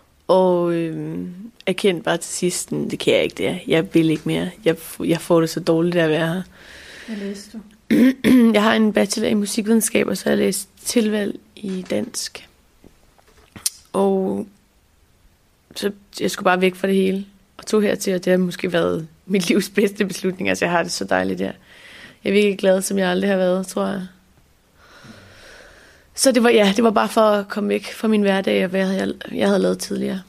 og øh, erkendt bare til sidst, det kan jeg ikke det. Jeg vil ikke mere. Jeg, jeg får det så dårligt at være her. Hvad læste du? Jeg har en bachelor i musikvidenskab, og så har jeg læst tilvalg i dansk. Og så jeg skulle bare væk fra det hele, og tog hertil, og det har måske været mit livs bedste beslutning. Altså, jeg har det så dejligt der. Jeg er virkelig glad, som jeg aldrig har været, tror jeg. Så det var, ja, det var bare for at komme væk fra min hverdag, og hvad jeg, jeg havde lavet tidligere.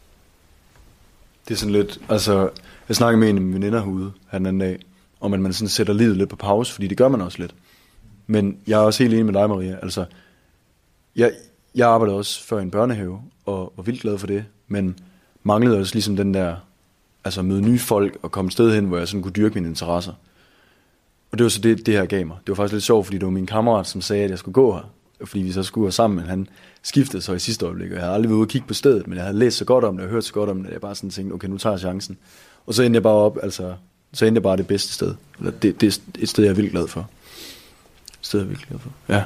Det er sådan lidt, altså, jeg snakkede med en af mine veninder herude her den anden dag, om at man sådan sætter livet lidt på pause, fordi det gør man også lidt. Men jeg er også helt enig med dig, Maria. Altså, jeg, jeg arbejdede også før i en børnehave, og var vildt glad for det, men manglede også ligesom den der, altså møde nye folk, og komme et sted hen, hvor jeg sådan kunne dyrke mine interesser. Og det var så det, det her gav mig. Det var faktisk lidt sjovt, fordi det var min kammerat, som sagde, at jeg skulle gå her, fordi vi så skulle være sammen, men han skiftede så i sidste øjeblik, og jeg havde aldrig været ude og kigge på stedet, men jeg havde læst så godt om det, og hørt så godt om det, at jeg bare sådan tænkte, okay, nu tager jeg chancen. Og så endte jeg bare op, altså, så endte jeg bare det bedste sted. Eller det, det er et sted, jeg er vildt glad for. Et sted, jeg er vildt glad for, ja.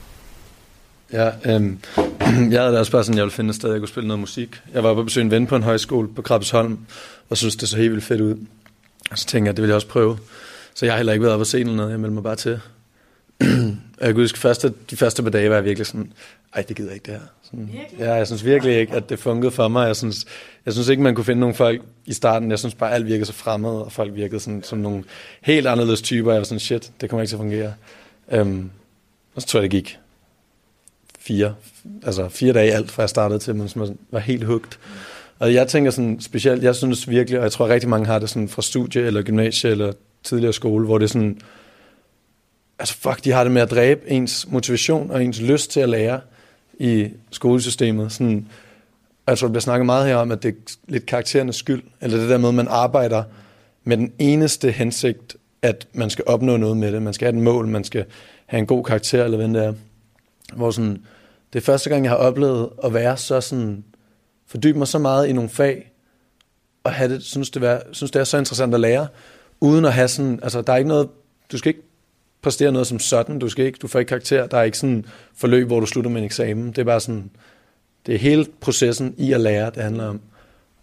Ja, øhm, jeg havde da også bare sådan, jeg ville finde et sted, jeg kunne spille noget musik. Jeg var på besøg en ven på en højskole på Krabbesholm, og synes det så helt vildt fedt ud. Og så tænkte jeg, det ville jeg også prøve. Så jeg har heller ikke været oppe at se noget, jeg meldte mig bare til. Og jeg kunne huske, første, de første par dage var jeg virkelig sådan, ej, det gider ikke det her. Sådan, ja, jeg synes virkelig ikke, at det fungerede for mig. Jeg synes, jeg synes ikke, man kunne finde nogle folk i starten. Jeg synes bare, alt virkede så fremmed, og folk virkede sådan, som nogle helt anderledes typer. Jeg var sådan, shit, det kommer ikke til at fungere. Um, og så tror jeg, det gik fire, altså fire dage alt, fra jeg startede til, men man var helt hugt. Og jeg tænker sådan specielt, jeg synes virkelig, og jeg tror rigtig mange har det sådan fra studie, eller gymnasie, eller tidligere skole, hvor det er sådan, altså fuck, de har det med at dræbe ens motivation og ens lyst til at lære i skolesystemet. Sådan, altså der bliver snakket meget her om, at det er lidt karakterernes skyld, eller det der med, at man arbejder med den eneste hensigt, at man skal opnå noget med det. Man skal have et mål, man skal have en god karakter, eller hvad det er. Hvor sådan, det er første gang, jeg har oplevet at være så sådan, fordybe mig så meget i nogle fag, og have det, synes det, være, synes det er så interessant at lære, uden at have sådan, altså der er ikke noget, du skal ikke præstere noget som sådan, du skal ikke, du får ikke karakter, der er ikke sådan forløb, hvor du slutter med en eksamen, det er bare sådan, det er hele processen i at lære, det handler om.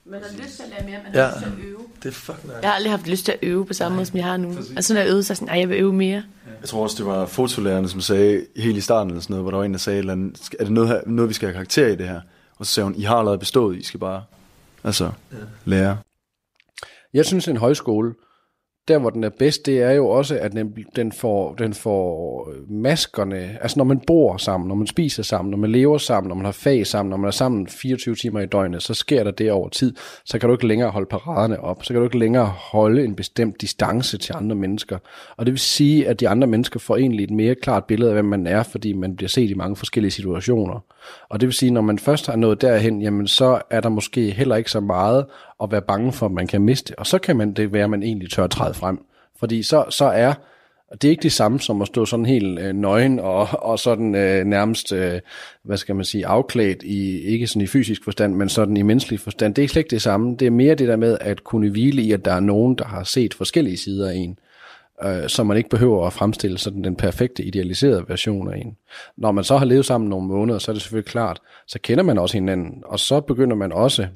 Man har lyst til at lære mere, man ja. har lyst til at øve. Det er fucking nice. Jeg har aldrig haft lyst til at øve på samme måde, som jeg har nu. Præcis. Altså når jeg øvede, så sådan, nej, jeg vil øve mere. Jeg tror også, det var fotolærerne, som sagde helt i starten, eller sådan noget, hvor der var en, der sagde, er det noget, her, noget vi skal have karakter i det her? Og så sagde hun, I har allerede bestået, I skal bare altså, ja. lære. Jeg synes, en højskole, der hvor den er bedst, det er jo også, at den, den, får, den får maskerne, altså når man bor sammen, når man spiser sammen, når man lever sammen, når man har fag sammen, når man er sammen fireogtyve timer i døgnet, så sker der det over tid, så kan du ikke længere holde paraderne op, så kan du ikke længere holde en bestemt distance til andre mennesker. Og det vil sige, at de andre mennesker får egentlig et mere klart billede af, hvem man er, fordi man bliver set i mange forskellige situationer. Og det vil sige, når man først har nået derhen, jamen så er der måske heller ikke så meget at være bange for, at man kan miste. Og så kan man det være, at man egentlig tør træde frem. Fordi så, så er det er ikke det samme som at stå sådan helt øh, nøgen og, og sådan øh, nærmest, øh, hvad skal man sige, afklædt i, ikke sådan i fysisk forstand, men sådan i menneskelig forstand. Det er slet ikke det samme. Det er mere det der med at kunne hvile i, at der er nogen, der har set forskellige sider af en, øh, så man ikke behøver at fremstille sådan den perfekte, idealiserede version af en. Når man så har levet sammen nogle måneder, så er det selvfølgelig klart, så kender man også hinanden, og så begynder man også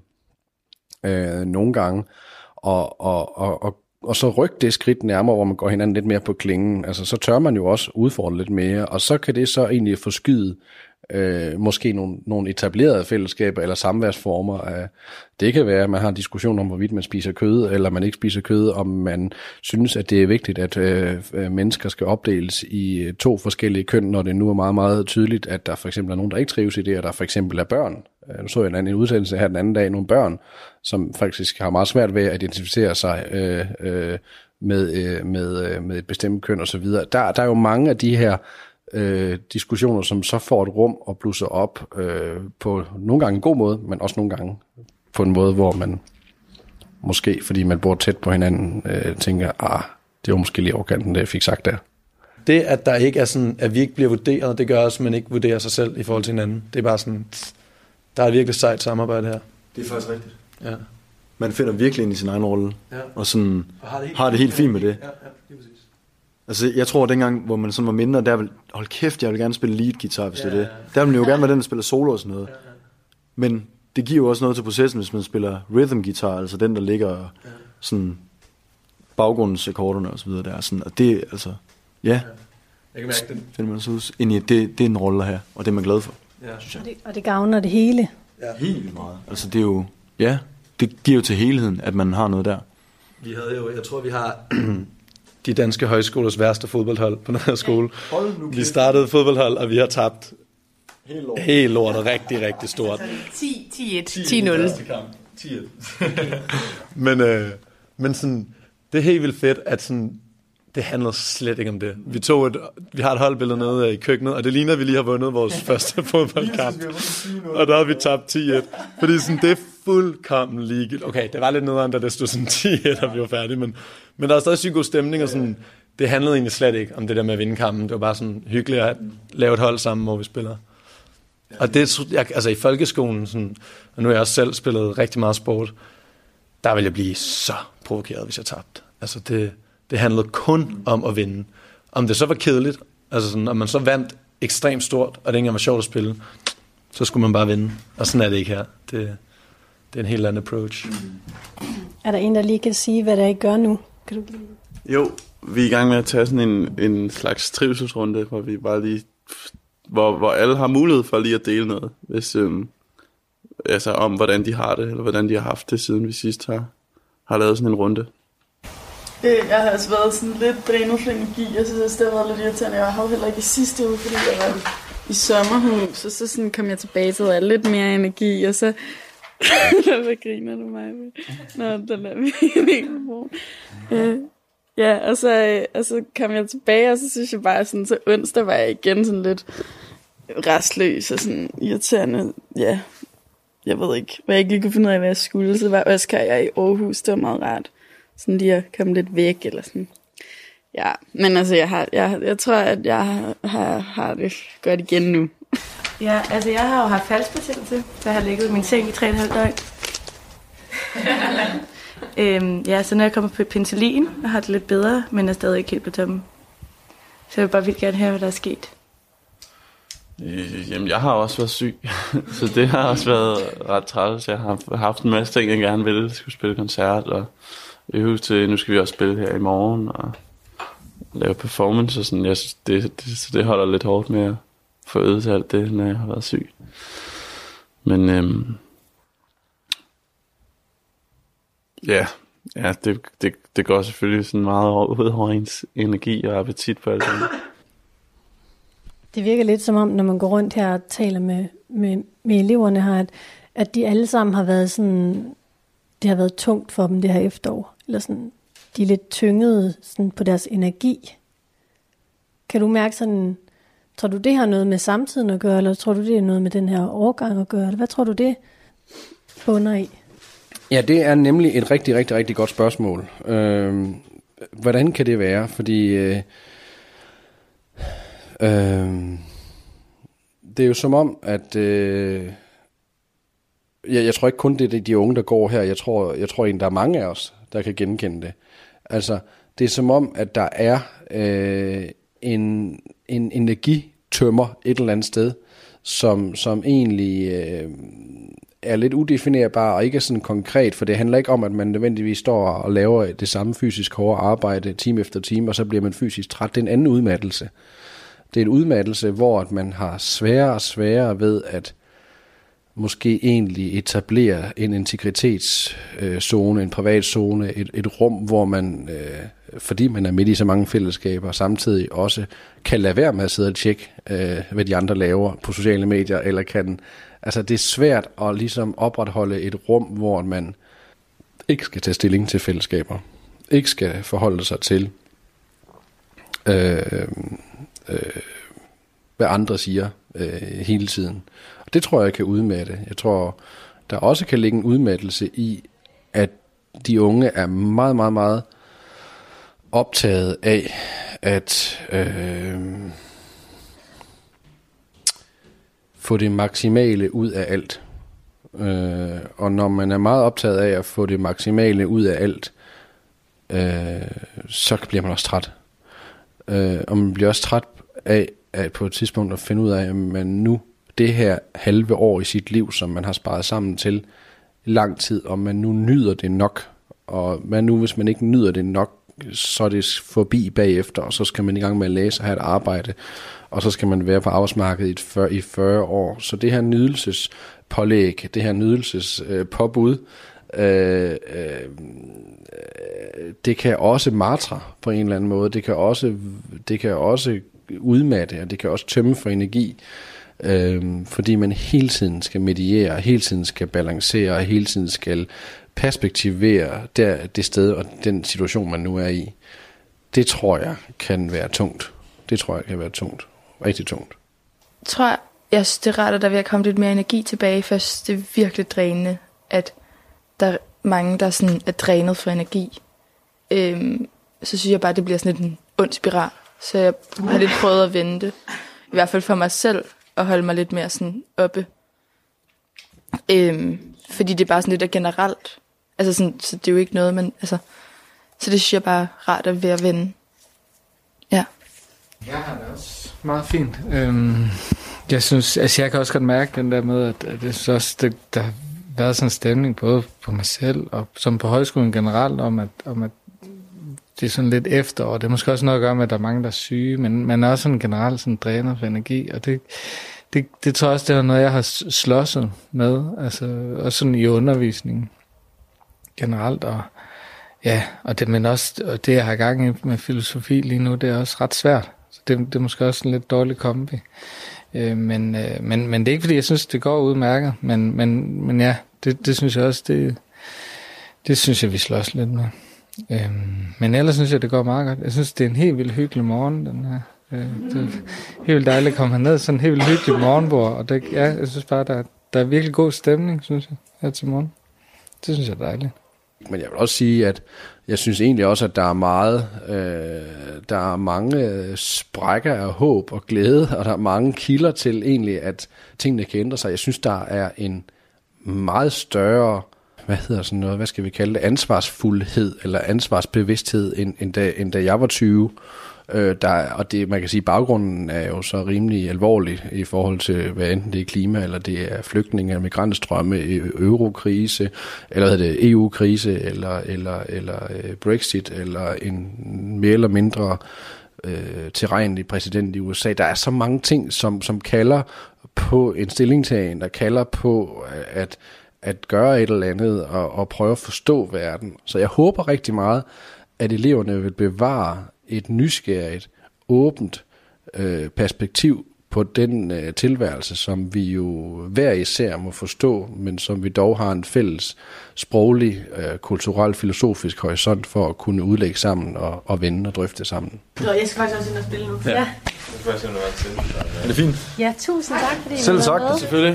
øh, nogle gange og, og, og, og og så rykke det skridt nærmere, hvor man går hinanden lidt mere på klingen. Altså, så tør man jo også udfordre lidt mere, og så kan det så egentlig forskyde øh, måske nogle, nogle etablerede fællesskaber eller samværsformer. Af, det kan være, at man har en diskussion om, hvorvidt man spiser kød, eller man ikke spiser kød, om man synes, at det er vigtigt, at øh, mennesker skal opdeles i to forskellige køn, når det nu er meget, meget tydeligt, at der for eksempel er nogen, der ikke trives i det, og der for eksempel er børn. Nu så jeg en anden udsendelse her den anden dag, nogle børn, som faktisk har meget svært ved at identificere sig øh, øh, med, øh, med, øh, med et bestemt køn osv. Der, der er jo mange af de her øh, diskussioner, som så får et rum og blusser op øh, på nogle gange en god måde, men også nogle gange på en måde, hvor man måske, fordi man bor tæt på hinanden, øh, tænker, ah, det var måske lige overkanten, det jeg fik sagt der. Det, at der ikke er sådan, at vi ikke bliver vurderet, det gør også, at man ikke vurderer sig selv i forhold til hinanden. Det er bare sådan, der er et virkelig sejt samarbejde her. Det er faktisk rigtigt. Ja. Man finder virkelig ind i sin egen rolle, ja. og sådan og har, det helt, har det helt fint med det. Ja, ja, det er præcis. Altså, jeg tror, at dengang, hvor man sådan var mindre, der ville, hold kæft, jeg vil gerne spille lead-guitar, hvis ja, det er det. Der vil man jo gerne være den, der spiller solo og sådan noget. Ja, ja. Men det giver jo også noget til processen, hvis man spiller rhythm-guitar, altså den, der ligger ja. sådan baggrundsakkorderne og så videre der. Sådan, og det, altså, ja. ja. Jeg kan mærke det. Finder man så ud ind i, det, det er en rolle her, og det er man glad for, ja. synes jeg. Og det, og det gavner det hele. Ja. Helt meget. Altså, det er jo, ja, det giver jo til helheden, at man har noget der. Vi havde jo, jeg tror, vi har de danske højskolers værste fodboldhold på den her skole. Vi startede fodboldhold, og vi har tabt helt lort. Helt lortet, rigtig, rigtig stort. ti et. ti nul. ti et. men, øh, men sådan, det er helt vildt fedt, at sådan, det handler slet ikke om det. Vi tog et, vi har et holdbillede nede i køkkenet, og det ligner, at vi lige har vundet vores første fodboldkamp. Og der har vi tabt ti et. Fordi sådan, det er fuldkommen ligegyldigt. Okay, det var lidt nederen, da det stod sådan ti et, og vi var færdige. Men, men der er stadig sygt god stemning, og sådan, det handlede egentlig slet ikke om det der med at vinde kampen. Det var bare sådan hyggeligt at lave et hold sammen, hvor vi spiller. Og det, jeg, altså i folkeskolen, sådan, og nu har jeg også selv spillet rigtig meget sport, der ville jeg blive så provokeret, hvis jeg tabte. Altså det... Det handlede kun om at vinde. Om det så var kedeligt, altså sådan, om man så vandt ekstremt stort, og det ikke engang var sjovt at spille, så skulle man bare vinde. Og sådan er det ikke her. Det, det er en helt anden approach. Er der en, der lige kan sige, hvad der I gør nu? Kan du Jo, vi er i gang med at tage sådan en, en slags trivselsrunde, hvor vi bare lige, hvor, hvor alle har mulighed for lige at dele noget, hvis, øhm, altså om hvordan de har det, eller hvordan de har haft det, siden vi sidst har, har lavet sådan en runde. Jeg har også været sådan lidt drænet for energi. Jeg synes, det har været lidt irriterende. Jeg har heller ikke i sidste uge, fordi jeg var i sommerhus. Og så sådan kom jeg tilbage til, at jeg lidt mere energi. Og så... Hvad griner du mig med? Nå, den er min mikrofon. Uh, ja, og så, og så kom jeg tilbage, og så synes jeg bare, sådan, så onsdag var jeg igen sådan lidt restløs og sådan irriterende. Ja, jeg ved ikke, hvad jeg ikke lige kunne finde ud af, hvad jeg skulle. Så var Oscar jeg i Aarhus. Det var meget rart. Sådan lige at komme lidt væk, eller sådan. Ja, men altså, jeg, har, jeg, jeg tror, at jeg har, har, har det godt igen nu. Ja, altså, jeg har jo haft halsbetændelse, så jeg har ligget i min seng i tre og et halvt døgn. øhm, ja, så når jeg kommer på penicillin, og har det lidt bedre, men er stadig ikke helt på toppen. Så jeg vil bare vildt gerne høre, hvad der er sket. Øh, jamen, jeg har også været syg, så det har også været ret træls. Jeg har haft en masse ting, jeg gerne ville. Jeg skulle spille koncert og øve til, nu skal vi også spille her i morgen og lave performance og sådan. Jeg synes, det, det, så det holder lidt hårdt med at få øvet til alt det, når jeg har været syg. Men øhm, ja, ja det, det, det går selvfølgelig sådan meget ud over ens energi og appetit på alt det. Det virker lidt som om, når man går rundt her og taler med, med, med eleverne her, at, at de alle sammen har været sådan, det har været tungt for dem det her efterår. Eller sådan, de er lidt tyngede sådan på deres energi. Kan du mærke sådan, tror du det har noget med samtiden at gøre, eller tror du det er noget med den her årgang at gøre, eller hvad tror du det bunder i? Ja, det er nemlig et rigtig, rigtig, rigtig godt spørgsmål. Øh, hvordan kan det være? Fordi øh, øh, det er jo som om, at øh, jeg, jeg tror ikke kun det er de unge, der går her. Jeg tror, jeg tror egentlig, der er mange af os, der kan genkende det. Altså, det er som om, at der er øh, en, en energitømmer et eller andet sted, som, som egentlig øh, er lidt udefinerbar og ikke er sådan konkret, for det handler ikke om, at man nødvendigvis står og laver det samme fysisk hårde arbejde time efter time, og så bliver man fysisk træt. Det er en anden udmattelse. Det er en udmattelse, hvor at man har sværere og sværere ved at måske egentlig etablere en integritetszone, en privat zone, et, et rum, hvor man, øh, fordi man er midt i så mange fællesskaber, samtidig også kan lade være med at sidde og tjekke, øh, hvad de andre laver på sociale medier, eller kan, altså det er svært at ligesom opretholde et rum, hvor man ikke skal tage stilling til fællesskaber, ikke skal forholde sig til, øh, øh, hvad andre siger øh, hele tiden. Og det tror jeg kan udmatte. Jeg tror, der også kan ligge en udmattelse i, at de unge er meget, meget, meget optaget af at øh, få det maksimale ud af alt. Øh, og når man er meget optaget af at få det maksimale ud af alt, øh, så bliver man også træt. Øh, og man bliver også træt af at på et tidspunkt at finde ud af, at man nu det her halve år i sit liv, som man har sparet sammen til lang tid, og man nu nyder det nok, og hvad nu, hvis man ikke nyder det nok, så er det forbi bagefter, og så skal man i gang med at læse og have et arbejde, og så skal man være på arbejdsmarkedet i fyrre år. Så det her nydelsespålæg, det her nydelsespåbud, øh, øh, det kan også martre på en eller anden måde. Det kan også, det kan også udmatte, og det kan også tømme for energi, Øhm, fordi man hele tiden skal mediere, hele tiden skal balancere, og hele tiden skal perspektivere der, det sted og den situation, man nu er i. Det tror jeg kan være tungt. Det tror jeg kan være tungt. Rigtig tungt. Jeg tror, jeg synes, det er rart, at der er ved at komme lidt mere energi tilbage, for det er virkelig drænende, at der er mange, der sådan er drænet for energi. Øhm, så synes jeg bare, det bliver sådan lidt en ond spiral. Så jeg har lidt prøvet at vende det. I hvert fald for mig selv, og holde mig lidt mere sådan oppe. Øhm, fordi det er bare sådan lidt generelt. Altså sådan, så det er jo ikke noget, men altså, så det synes jeg bare er rart at være at vende. Ja. Jeg har det også meget fint. Øhm, jeg synes, altså jeg kan også godt mærke den der med, at, at jeg synes også, det, der har været sådan en stemning både på mig selv og som på højskolen generelt om, at, om at det er sådan lidt efter, og det er måske også noget at gøre med, at der er mange, der er syge, men man er også sådan generelt sådan dræner for energi, og det, det, det tror jeg også, det er noget, jeg har slåsset med, altså også sådan i undervisningen generelt, og ja, og det, men også og det, jeg har gang i med filosofi lige nu, det er også ret svært, så det, det er måske også en lidt dårlig kombi, øh, men, øh, men, men det er ikke, fordi jeg synes, det går udmærket, men, men, men ja, det, det synes jeg også, det, det synes jeg, vi slås lidt med. Øhm, men ellers synes jeg, det går meget godt. Jeg synes, det er en helt vildt hyggelig morgen, den her. Øh, det er helt vildt dejligt at komme herned. Sådan en helt vildt hyggelig morgenbord. Og det, ja, jeg synes bare, der, der er virkelig god stemning, synes jeg, her til morgen. Det synes jeg er dejligt. Men jeg vil også sige, at jeg synes egentlig også, at der er meget, øh, der er mange sprækker af håb og glæde, og der er mange kilder til egentlig, at tingene kan ændre sig. Jeg synes, der er en meget større, hvad hedder sådan noget, hvad skal vi kalde det, ansvarsfuldhed eller ansvarsbevidsthed, end, end, da, end da jeg var tyve. Øh, der, og det, man kan sige, baggrunden er jo så rimelig alvorlig i forhold til, hvad enten det er klima, eller det er flygtninge og migrantstrømme, eurokrise, eller hvad hedder det, E U-krise, eller, eller, eller Brexit, eller en mere eller mindre øh, tilregnelig præsident i U S A. Der er så mange ting, som, som kalder på en stillingtagen, der kalder på at, at gøre et eller andet og, og prøve at forstå verden. Så jeg håber rigtig meget, at eleverne vil bevare et nysgerrigt, åbent øh, perspektiv på den øh, tilværelse, som vi jo hver især må forstå, men som vi dog har en fælles sproglig, øh, kulturel, filosofisk horisont for at kunne udlægge sammen og, og vende og drøfte sammen. Nå, jeg skal faktisk også ind og spille nu. Ja. Ja. Er det fint? Ja, tusind tak, fordi Selv I tak, var med. selvfølgelig.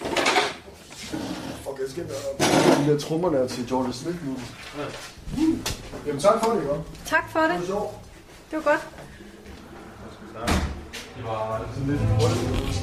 Okay, jeg skal de der trommer der til Jordan Smith nu. Ja. Jamen tak for det, ikke? Tak for det. Det var godt. Det var sådan lidt hurtigt.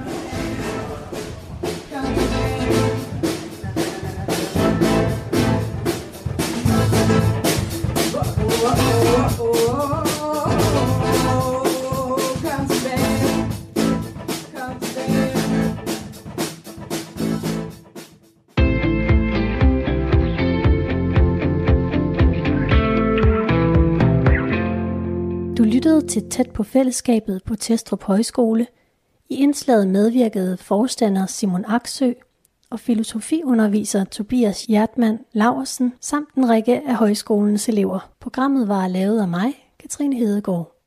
Du lyttede til Tæt på fællesskabet på Testrup Højskole. I indslaget medvirkede forstander Simon Aksø og filosofiunderviser Tobias Hjertmann Laursen samt en række af højskolens elever. Programmet var lavet af mig, Katrine Hedegaard.